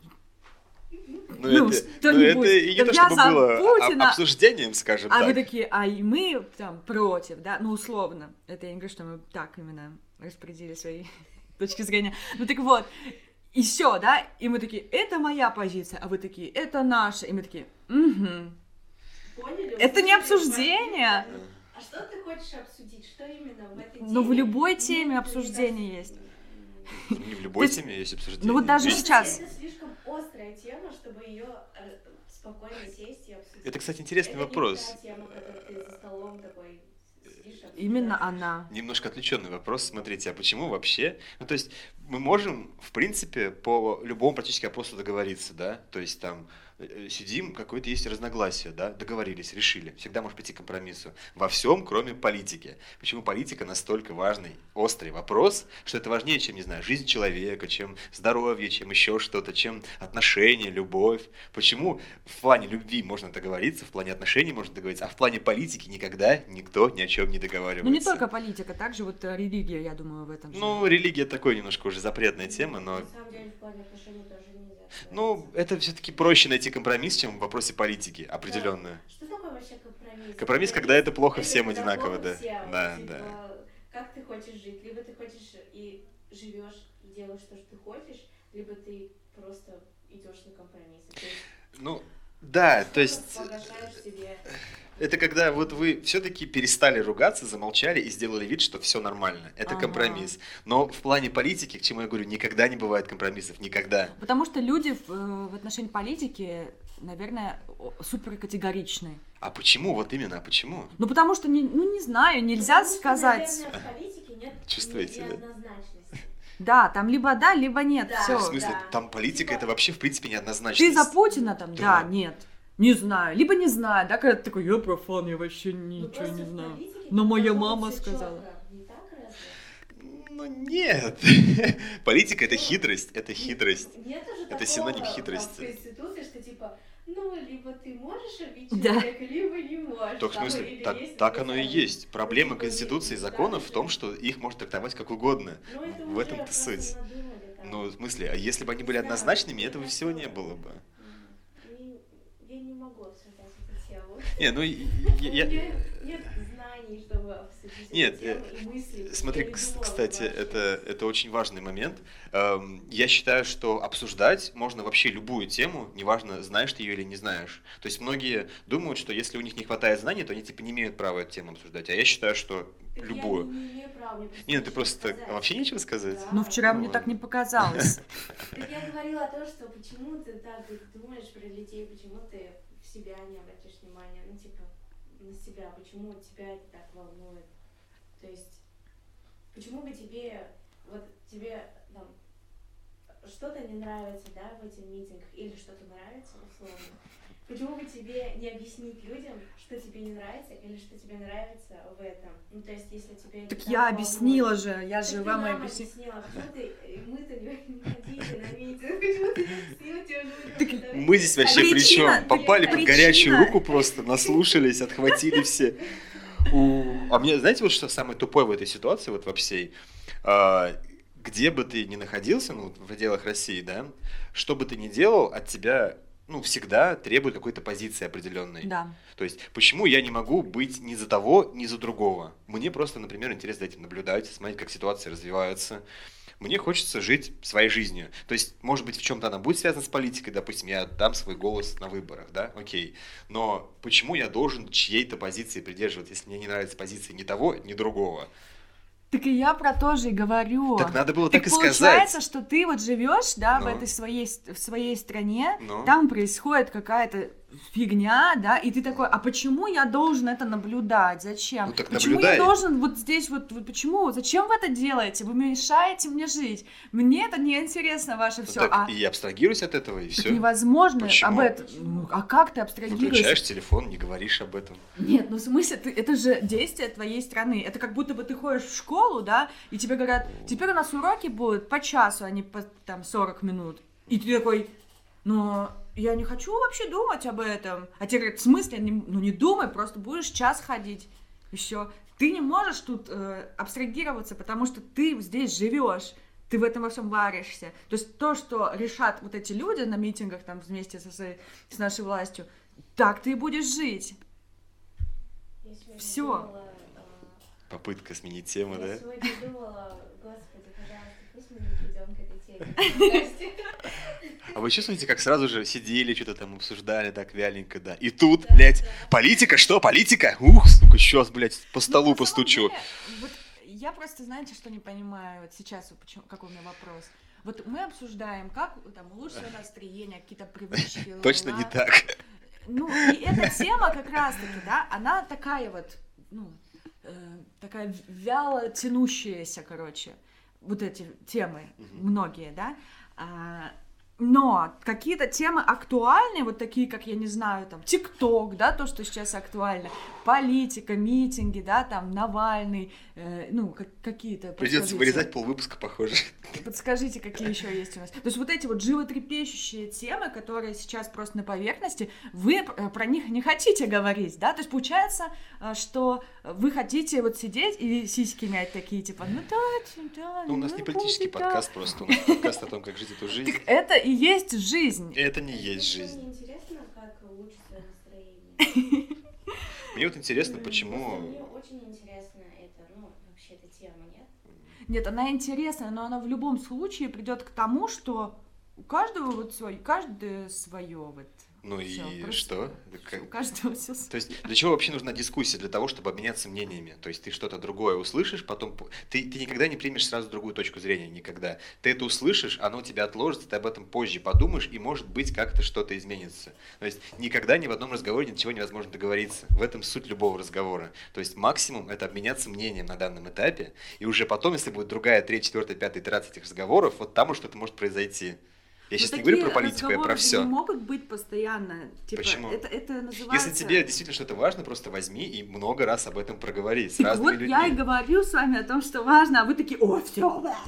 Ну, ну, это, что-нибудь, ну, это и не там то, я чтобы за было об- Путина, обсуждением, скажем а так. вы такие, а и мы там против, да, ну условно. Это я не говорю, что мы так именно распределили свои точки зрения. Ну так вот, и все, да, и мы такие, это моя позиция, а вы такие, это наша, и мы такие, угу. Поняли? Это не Услышали? обсуждение. А что ты хочешь обсудить? Что именно в этой теме? Ну, в любой теме Ну, мне обсуждение кажется, есть. Не в любой То есть- теме есть обсуждение. ну, вот даже Есть. сейчас. Это слишком острая тема, чтобы ее спокойно сесть и обсудить. Это, кстати, интересный Это вопрос. не та тема, которую ты за столом такой сидишь, обсуждаешь. Именно она. Немножко отвлеченный вопрос. Смотрите, а почему вообще? Ну, то есть мы можем, в принципе, по любому практически вопросу договориться, да? То есть там э, сидим, какое-то есть разногласие, да? Договорились, решили. Всегда можешь прийти к компромиссу. Во всем, кроме политики. Почему политика настолько важный, острый вопрос, что это важнее, чем, не знаю, жизнь человека, чем здоровье, чем еще что-то, чем отношения, любовь. Почему в плане любви можно договориться, в плане отношений можно договориться, а в плане политики никогда никто ни о чем не договаривается? Ну, не только политика, также вот э, религия, я думаю, в этом же. Ну, религия такой немножко уже запретная тема, но... На самом деле, в плане отношений тоже нельзя. Ну, это все-таки проще найти компромисс, чем в вопросе политики, определенно. Что такое вообще компромисс? Компромисс, когда это плохо всем когда одинаково, плохо да. всем, Да, типа, да. Как ты хочешь жить? Либо ты хочешь и живешь и делаешь то, что ты хочешь, либо ты просто идешь на компромиссы. То есть Ну, да, то что-то есть погашаешь себе. это когда вот вы все-таки перестали ругаться, замолчали и сделали вид, что все нормально. Это Ага. компромисс. Но в плане политики, к чему я говорю, никогда не бывает компромиссов, никогда. Потому что люди в, э, в отношении политики, наверное, о- супер категоричны. А почему? Вот именно, а почему? Ну, потому что, не, ну, не знаю, нельзя Потому что, сказать. наверное, в политике нет Чувствуете, да? неоднозначности. Да, там либо да, либо нет, Да. все. В смысле, да. там политика Типа- это вообще в принципе Ты неоднозначность. за Путина там? Да. Да, нет. Не знаю. Либо не знаю, да, когда ты такой, я профан, я вообще Ну, ничего просто не в знаю. политике Но там моя должно мама быть всё сказала. чётко. Не так разве? Ну нет. Политика это хитрость, это хитрость. Нет уже Это такого синоним в хитрости. Конституции, что типа, ну, либо ты можешь убить Да. человека, либо не можешь. Так, в Там смысле, или так, есть так оно и специальный- есть. Проблема Ну, типа, Конституции и не- законов да, в том, да. что их можно трактовать как угодно. Ну, это В уже этом-то просто суть. надумали там. Ну, в смысле, а если бы они были Да, однозначными, мне этого кажется, всего не было бы. М, Я не могу обсуждать эту тему. Не, ну, У я... меня нет знаний, чтобы обсудить Нет, эту тему и мыслей. Смотри, Я не кс- думала кстати, вообще. это, это очень важный момент. Эм, Я считаю, что обсуждать можно вообще любую тему, неважно, знаешь ты ее или не знаешь. То есть многие думают, что если у них не хватает знаний, то они типа не имеют права эту тему обсуждать. А я считаю, что Так любую. Я не, не имею права, мне просто Не, ну ты нечего просто сказать. вообще нечего сказать? Да. Ну, вчера Ну, мне так ладно. не показалось. Так я говорила о том, что почему ты так думаешь про людей, почему ты в себя не обратишь внимания, ну, типа, на себя, почему тебя это так волнует. То есть, почему бы тебе вот тебе там что-то не нравится, да, в этих митингах, или что-то нравится, условно, почему бы тебе не объяснить людям, что тебе не нравится, или что тебе нравится в этом? Ну, то есть, если тебе... Так я объяснила же, я так же ты вам нам объяснила. объяснила, почему ты... Мы-то не, не ходили на митинг, почему ты не объяснила тем людям, которые... Мы здесь вообще Причина- при чем? Попали под причина- горячую руку просто, наслушались, отхватили все. У- А мне, знаете, вот что самое тупое в этой ситуации, вот во всей? А, Где бы ты ни находился, ну, в пределах России, да, что бы ты ни делал, от тебя, ну, всегда требует какой-то позиции определенной. Да. То есть, почему я не могу быть ни за того, ни за другого? Мне просто, например, интересно за этим наблюдать, смотреть, как ситуации развиваются. Мне хочется жить своей жизнью. То есть, может быть, в чем-то она будет связана с политикой, допустим, я дам свой голос на выборах, да, окей. Но почему я должен чьей-то позиции придерживаться, если мне не нравится позиция ни того, ни другого? Так и я про то же и говорю. Так надо было так и сказать. Получается, что ты вот живешь, да, в Ну. этой своей, в своей стране, Ну. там происходит какая-то фигня, да, и ты такой, а почему я должен это наблюдать? Зачем? Ну, так почему наблюдай. я должен вот здесь вот, вот почему? Зачем вы это делаете? Вы мешаете мне жить. Мне это не интересно ваше Ну, все. так А и абстрагируйся от этого, и так все. невозможно Почему? об этом. Ну, а как ты абстрагируешься? Выключаешь телефон, не говоришь об этом. Нет, ну в смысле, ты, это же действие твоей страны. Это как будто бы ты ходишь в школу, да, и тебе говорят, теперь у нас уроки будут по часу, а не по там сорок минут. И ты такой, но я не хочу вообще думать об этом. А тебе говорят, в смысле, не, ну не думай, просто будешь час ходить. И все. Ты не можешь тут э, абстрагироваться, потому что ты здесь живешь. Ты в этом во всем варишься. То есть то, что решат вот эти люди на митингах там вместе со своей, с нашей властью, так ты и будешь жить. Я сегодня Всё. думала, а, Попытка сменить тему, Я да? сегодня думала, господи, пожалуйста, пусть мы не придем к этой теме. А вы чувствуете, как сразу же сидели, что-то там обсуждали так вяленько, да? И тут, Да, блядь, да. политика, что, политика? Ух, сука, сейчас, блядь, по столу Ну, на самом постучу. деле, вот я просто, знаете, что не понимаю, вот сейчас, вот почему, какой у меня вопрос. Вот мы обсуждаем, как там улучшить свое настроение, какие-то привычки. Точно не ла- так. Ну, и эта тема как раз-таки, да, она такая вот, ну, э, такая вяло тянущаяся, короче, вот эти темы, Мгм. многие, да, А, но какие-то темы актуальные, вот такие, как, я не знаю, там, ТикТок, да, то, что сейчас актуально, политика, митинги, да, там, Навальный, э, ну, как- какие-то... Придется подскажите. вырезать полвыпуска, похоже. Подскажите, какие еще есть у нас. То есть вот эти вот животрепещущие темы, которые сейчас просто на поверхности, вы э, про них не хотите говорить, да? То есть получается, э, что вы хотите вот сидеть и сиськи мять такие, типа, ну да, да, Ну, у нас ну, не политический будет, да. подкаст просто, у нас подкаст о том, как жить эту жизнь. Так это и есть жизнь. Это не есть Мне жизнь. интересно, как улучшить свое настроение. Мне вот интересно, Просто почему... мне очень интересно это, ну, вообще эта тема, нет? Нет, она интересная, но она в любом случае придет к тому, что у каждого вот свое, каждое свое вот. Ну Всё, и просто что? Как- У каждого все. То есть для чего вообще нужна дискуссия? Для того, чтобы обменяться мнениями. То есть ты что-то другое услышишь, потом... п- Ты, ты никогда не примешь сразу другую точку зрения, никогда. Ты это услышишь, оно у тебя отложится, ты об этом позже подумаешь, и, может быть, как-то что-то изменится. То есть никогда ни в одном разговоре ни до чего невозможно договориться. В этом суть любого разговора. То есть максимум — это обменяться мнением на данном этапе, и уже потом, если будет другая, третья, четвертая, пятая итерация этих разговоров, вот там уж что-то может произойти. Я сейчас не говорю про политику, я про все. Не могут быть постоянно. Типа, Почему? Это, это называется... Если тебе действительно что-то важно, просто возьми и много раз об этом проговори с Так разными вот людьми. я и говорю с вами о том, что важно, а вы такие, о, все,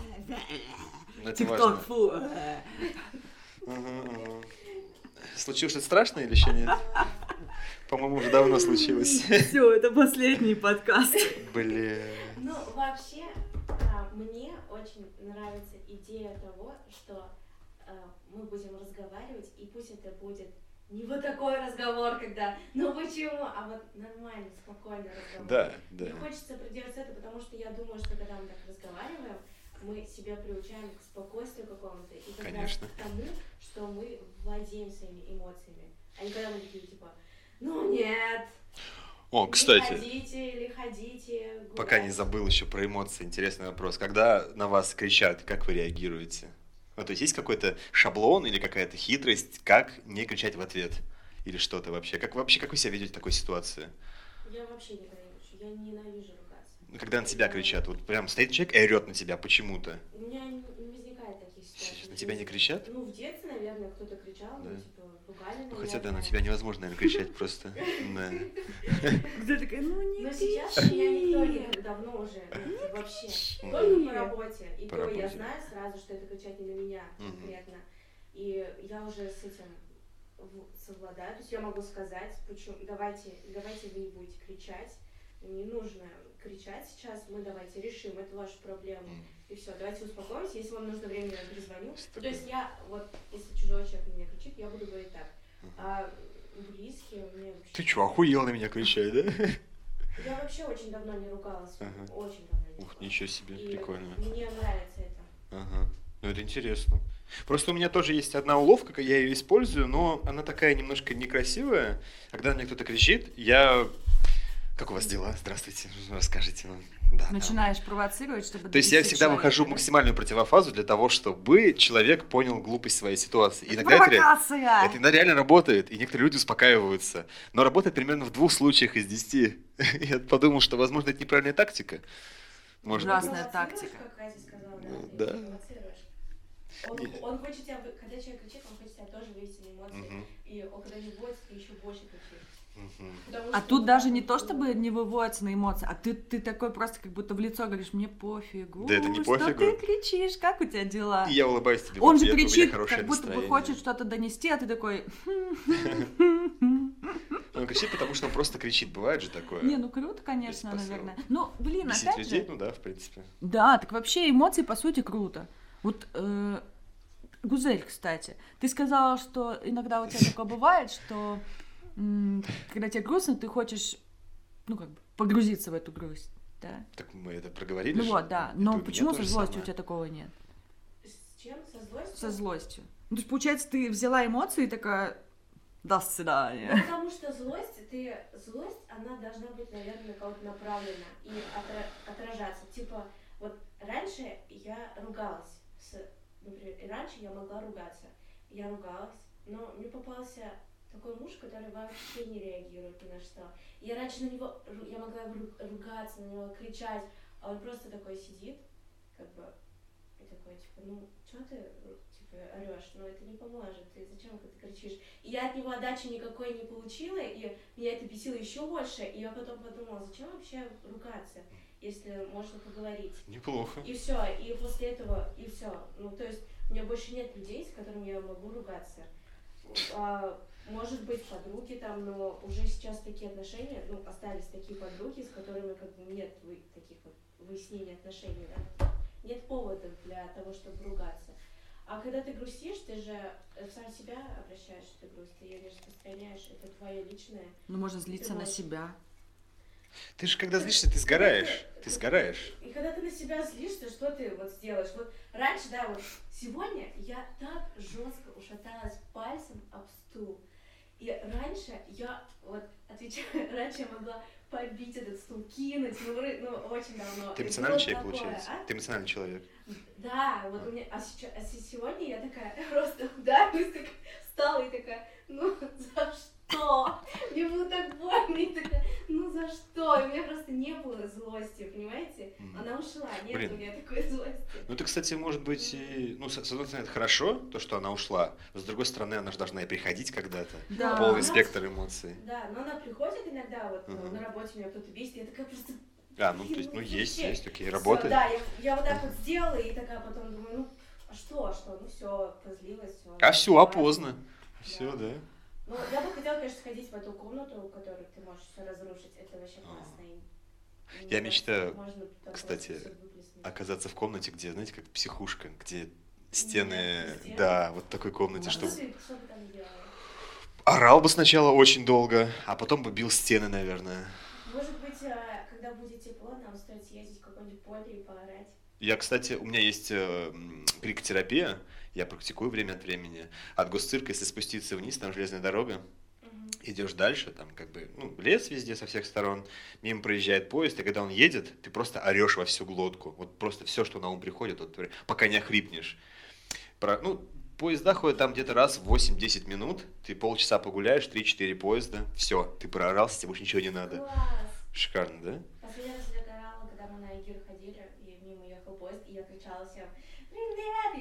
Ну, это ТикТок, важно. фу. э». Мгм, мгм. Случилось что-то страшное или еще нет? По-моему, уже давно случилось. Все, это последний подкаст. Блин. Ну, вообще, а, мне очень нравится идея того, что а, мы будем разговаривать, и пусть это будет не вот такой разговор, когда «ну почему?», а вот нормальный, спокойный разговор. Да, да. Мне хочется придерживаться это, потому что я думаю, что когда мы так разговариваем, мы себя приучаем к спокойствию какому-то и как Конечно. раз к тому, что мы владеем своими эмоциями. А не когда мы такие типа «ну нет». О, Не кстати, ходите или ходите гулять. пока не забыл еще про эмоции, интересный вопрос. Когда на вас кричат, как вы реагируете? Ну, то есть есть какой-то шаблон или какая-то хитрость, как не кричать в ответ? Или что-то вообще? Как вообще, как вы себя ведете в такой ситуации? Я вообще не ненавижу, я ненавижу ругаться. когда на тебя кричат? Вот прям стоит человек и орет на тебя почему-то. У меня не возникает таких ситуаций. На тебя не кричат? Ну, в детстве, наверное, кто-то кричал, Да. ну, типа, ругали, Ну, хотя, да, на тебя невозможно, наверное, кричать просто. Да. Где такая, ну не Но кричи. сейчас меня никто не давно уже, ну, вообще. Только по работе. И По то я работе. знаю сразу, что это кричать не на меня Мгм. конкретно. И я уже с этим в- совладаю. То есть я могу сказать, почему, давайте, давайте вы не будете кричать. Не нужно кричать сейчас, мы давайте решим, это ваша проблема. М. И все, давайте успокоимся, если вам нужно время, я перезвоню. Есть То такое. есть я, вот, если чужой человек на меня кричит, я буду говорить так. Мгм. А близкие у меня вообще... Ты чё, охуел на меня кричать, да? Я вообще очень давно не ругалась. Ага. Очень давно не Ух, ругалась. ничего себе, И прикольно. мне нравится это. Ага. Ну, это интересно. Просто у меня тоже есть одна уловка, я ее использую, но она такая немножко некрасивая. Когда на меня кто-то кричит, я... Как у вас дела? Здравствуйте, расскажите нам. Да, да. Начинаешь провоцировать, чтобы То есть я довести всегда человека, выхожу в да? максимальную противофазу для того, чтобы человек понял глупость своей ситуации. Это Иногда это, ре- провокация! это иногда реально работает, и некоторые люди успокаиваются. Но работает примерно в двух случаях из десяти. Я подумал, что, возможно, это неправильная тактика. Может быть. Ужасная Провоцируешь, тактика. как Катя сказала, да? Ну, Ты да. провоцируешь. Он, Не- он хочет тебя, вы- когда человек кричит, он хочет тебя тоже вывести на эмоции. Мгм, И он когда не боится, ты еще больше кричишь. мгм. Потому А что тут вот даже так не вот то, было. чтобы не выводится на эмоции, а ты, ты такой просто как будто в лицо говоришь, мне пофигу, Да это не что пофигу. ты кричишь, как у тебя дела? И я улыбаюсь тебе в Он же ответ, у меня кричит, хорошее как будто бы настроение. хочет что-то донести, а ты такой... Он кричит, потому что он просто кричит. Бывает же такое. Не, ну круто, конечно, Без посыла. наверное. Ну, блин, Бесить опять людей, же... ну да, в принципе. Да, так вообще эмоции, по сути, круто. Вот, э, Гузель, кстати, ты сказала, что иногда у тебя такое бывает, что м, когда тебе грустно, ты хочешь, ну, как бы, погрузиться в эту грусть, да? Так мы это проговорили Ну же. вот, да. Это Но у меня почему то со же злостью самое. у тебя такого нет? С чем? Со злостью? Со злостью. Ну, то есть, получается, ты взяла эмоции и такая, до Ну, свидания. потому что злость, ты, злость, она должна быть, наверное, на кого-то направлена и отра- отражаться. Типа, вот раньше я ругалась, с, например, и раньше я могла ругаться. Я ругалась, но мне попался такой муж, который вообще не реагирует ни на что. И я раньше на него, ру- я могла ру- ругаться, на него кричать, а он просто такой сидит, как бы, и такой, типа, ну, что ты, типа, орешь, ну, это не поможет, ты зачем ты кричишь? И я от него отдачи никакой не получила, и меня это бесило еще больше, и я потом подумала, зачем вообще ругаться, если можно поговорить? Неплохо. И все, и после этого, и все. Ну, то есть, у меня больше нет людей, с которыми я могу ругаться. А, может быть, подруги там, но уже сейчас такие отношения, ну, остались такие подруги, с которыми как бы нет вы, таких вот выяснений отношений, да? Нет поводов для того, чтобы ругаться. А когда ты грустишь, ты же э, сам себя обращаешь, ты грусть, ты ее не распространяешь, это твое личное. Ну, можно злиться на можешь- себя. Ты же когда злишься, ты сгораешь. Ты сгораешь. И когда ты на себя злишься, что ты вот сделаешь? Вот раньше, да, вот сегодня я так жестко ушаталась пальцем об стул. И раньше я, вот, отвечаю, раньше я могла побить этот стул, кинуть, ну, ры- ну очень давно. Ты И эмоциональный было человек, такое, получается. а? Ты эмоциональный человек. Да, вот у меня, а, сейчас, а се- сегодня я такая просто ударилась, так встала и такая, ну за что? Мне было так больно, и такая, ну за что? И у меня просто не было злости, понимаете? Мгм. Она ушла, нет Блин. у меня такой злости. Ну, это, кстати, может быть, и... Ну, с с одной стороны, это хорошо, то, что она ушла. Но, с другой стороны, она же должна и приходить когда-то. Да. Полный Она- спектр эмоций. Да, но она приходит иногда, вот ну, Мгм. на работе меня кто-то бесит, я такая просто... А, ну, то блин, есть, ну, вообще. есть, есть, окей, Всё, работает. да, я, я вот так вот сделала, и такая потом думаю, ну, а что, а что, ну все, позлилась, все. А все, а поздно. Все, да. Ну, я бы хотела, конечно, сходить в эту комнату, в которой ты можешь все разрушить, это вообще А. классно. и- и Я мне мечтаю, кажется, можно там кстати, просто всё выплеснуть. Оказаться в комнате, где, знаете, как психушка, где стены... Нет, стены? Да, вот такой комнате, А чтобы... что ты, что ты там делала? Орал бы сначала очень долго, а потом бы бил стены, наверное. Может быть, а, когда будет тепло, нам стоит съездить в какое-нибудь поле и поорать? Я, кстати, у меня есть э, м, крикотерапия, я практикую время от времени. От госцирка, если спуститься вниз, там железная дорога, Мгм. идешь дальше, там как бы, ну, лес везде со всех сторон, мимо проезжает поезд, и когда он едет, ты просто орешь во всю глотку. Вот просто все, что на ум приходит, вот, пока не охрипнешь. Про, ну, поезда ходят там где-то раз в восемь-десять минут, ты полчаса погуляешь, три-четыре поезда, все, ты проорался, тебе больше ничего не надо. Класс! Шикарно, да? Последний раз я орала, когда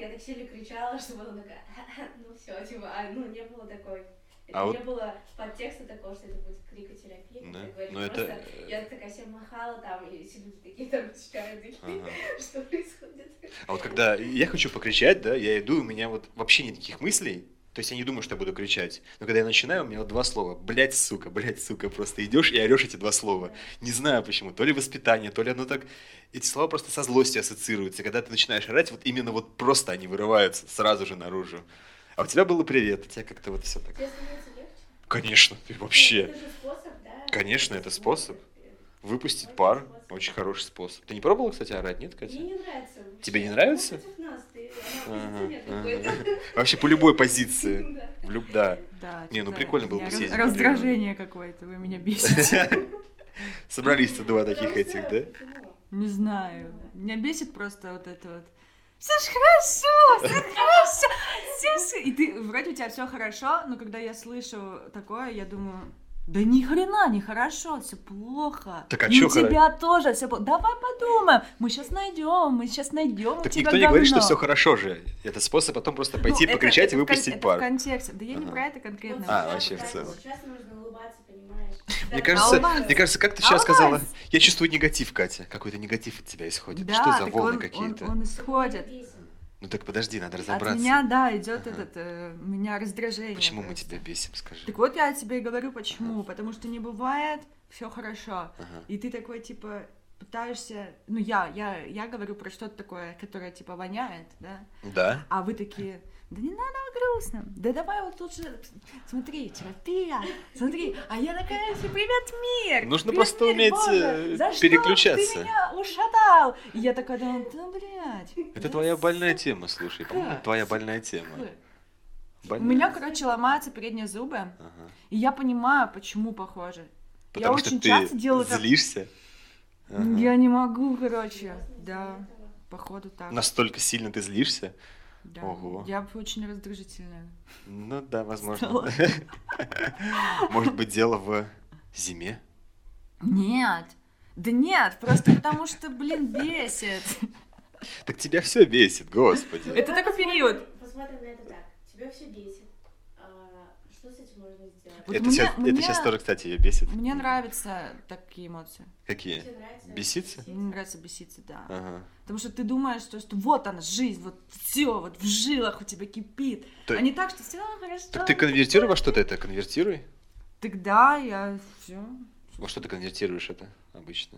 я так сильно кричала, что потом такая, ну все, типа, а, ну не было такой. Это А не вот- было подтекста такого, что это будет крикотерапия, как Да. ты говоришь. Но это, Просто э, я такая всем махала там, и все люди такие там читают, такие, Ага. что происходит. А вот когда я хочу покричать, да, я иду, у меня вот вообще нет таких мыслей. То есть я не думаю, что я буду кричать. Но когда я начинаю, у меня вот два слова. Блять, сука, блять, сука. Просто идешь и орешь эти два слова. Не знаю почему. То ли воспитание, то ли оно так... Эти слова просто со злостью ассоциируются. Когда ты начинаешь орать, вот именно вот просто они вырываются сразу же наружу. А у тебя было привет, у тебя как-то вот все так. Тебе становится легче? Конечно, ты Ну, вообще. это же способ, да? Конечно, это способ. Э, Выпустить очень пар. способ. Очень хороший способ. Ты не пробовала, кстати, орать, нет, Катя? Мне не нравится. вообще. Тебе не нравится? Ну, против нас, ты, она Ага, оппозиционер ага. какой-то. Вообще по любой позиции. Да. В люб- Да. Да, Не, ну что-то прикольно было у бы меня съездить, раз- Раздражение какое-то, вы меня бесите. Собрались-то два таких Потому этих, что- да? почему? Не знаю. Меня бесит просто вот это вот. Все ж хорошо, все хорошо, все ж... И ты, вроде у тебя все хорошо, но когда я слышу такое, я думаю, да ни хрена не хорошо, все плохо. Так а И чё у тебя тоже все плохо. Давай подумаем, мы сейчас найдем, мы сейчас найдем у Так тебя никто не говорит, что говно. все хорошо же. Это способ потом просто Ну, пойти это- покричать это и в кон- выпустить это пар. в контексте. Да я не Ага. про это конкретно. Вот А, сейчас вообще в такая- целом. Сейчас нужно улыбаться, понимаешь? Мне Да, кажется, Алмаз. мне кажется, как ты сейчас Алмаз. сказала, я чувствую негатив, Катя. Какой-то негатив от тебя исходит. Да, Что за так волны он, какие-то? Он, он исходит. бесит. Ну так подожди, надо От разобраться. меня, да, идет Ага. этот, э, у меня раздражение. Почему мы просто. тебя бесим, скажи? Так вот я тебе и говорю, почему. Потому что не бывает все хорошо. Ага. И ты такой, типа, пытаешься... Ну, я, я, я говорю про что-то такое, которое, типа, воняет, да? Да? А вы такие, да не надо грустно. Да давай вот тут же... Смотри, терапия. Смотри, а я такая, привет, мир. Нужно привет, просто мир, уметь, Боже, э, за что переключаться. ты меня ушатал? И я такая думаю, да, блядь. Это да твоя больная сука. тема, слушай. По-моему, Как? твоя больная тема. У Больная. меня, короче, ломаются передние зубы, Ага. и я понимаю, почему похоже. Потому я что очень ты часто делаю так. злишься. Ага. Я не могу, короче. Серьезно, Да, из-за этого? походу так. Настолько сильно ты злишься? Да. Ого. Я очень раздражительная. Ну да, возможно. Стала. Может быть, дело в зиме? Нет. Да нет, просто потому что, блин, бесит. Так тебя все бесит, господи. Это Давай такой посмотрим- период. Посмотрим на это так. Тебя все бесит. А, что с этим можно сделать? Вот Это мне- сейчас, мне- это сейчас тоже, кстати, ее бесит. Мне нравятся такие эмоции. Какие? Тебе нравится? Беситься? Мне нравится беситься, да. Ага. Потому что ты думаешь, что, что вот она, жизнь, вот все, вот в жилах у тебя кипит. То- А не так, что все хорошо. Так ты конвертируй во что-то это, конвертируй. Тогда я все. Во что ты конвертируешь это обычно?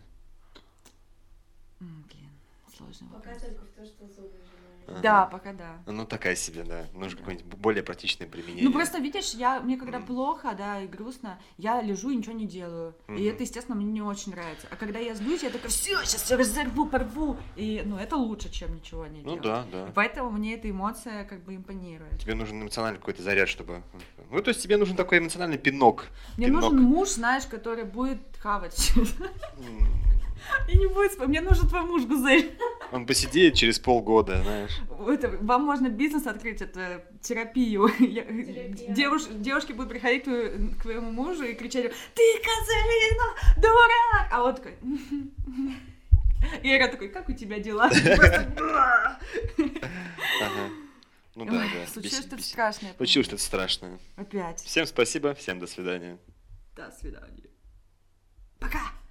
Блин, сложно. Пока вопрос. только в то, что зубы сжимаешь. Ага. Да, пока да. Ну, такая себе, да. Нужно какое-нибудь более практичное применение. Ну просто видишь, я мне когда Мгм. плохо, да, и грустно, я лежу и ничего не делаю. Мгм. И это, естественно, мне не очень нравится. А когда я злюсь, я такая, все, сейчас все разорву, порву. И ну это лучше, чем ничего не Ну делать. да, да. И поэтому мне эта эмоция как бы импонирует. Тебе нужен эмоциональный какой-то заряд, чтобы... Ну, то есть тебе нужен такой эмоциональный пинок. Мне Пинок. нужен муж, знаешь, который будет хавать. М, И не будет спать. Мне нужен твой муж, Гузель. Он посидеет через полгода, знаешь. Это, вам можно бизнес открыть, это терапию. Я- Терапия. девуш- девушки будут приходить к, твоему- к твоему мужу и кричать: ты козлина, дурак! А он такой... И Ира такой: как у тебя дела? Просто... Ага. Ну да, Ой, да. Случилось бесит, что-то бесит. страшное. Случилось что-то страшное. Опять. Всем спасибо, всем до свидания. До свидания. Пока!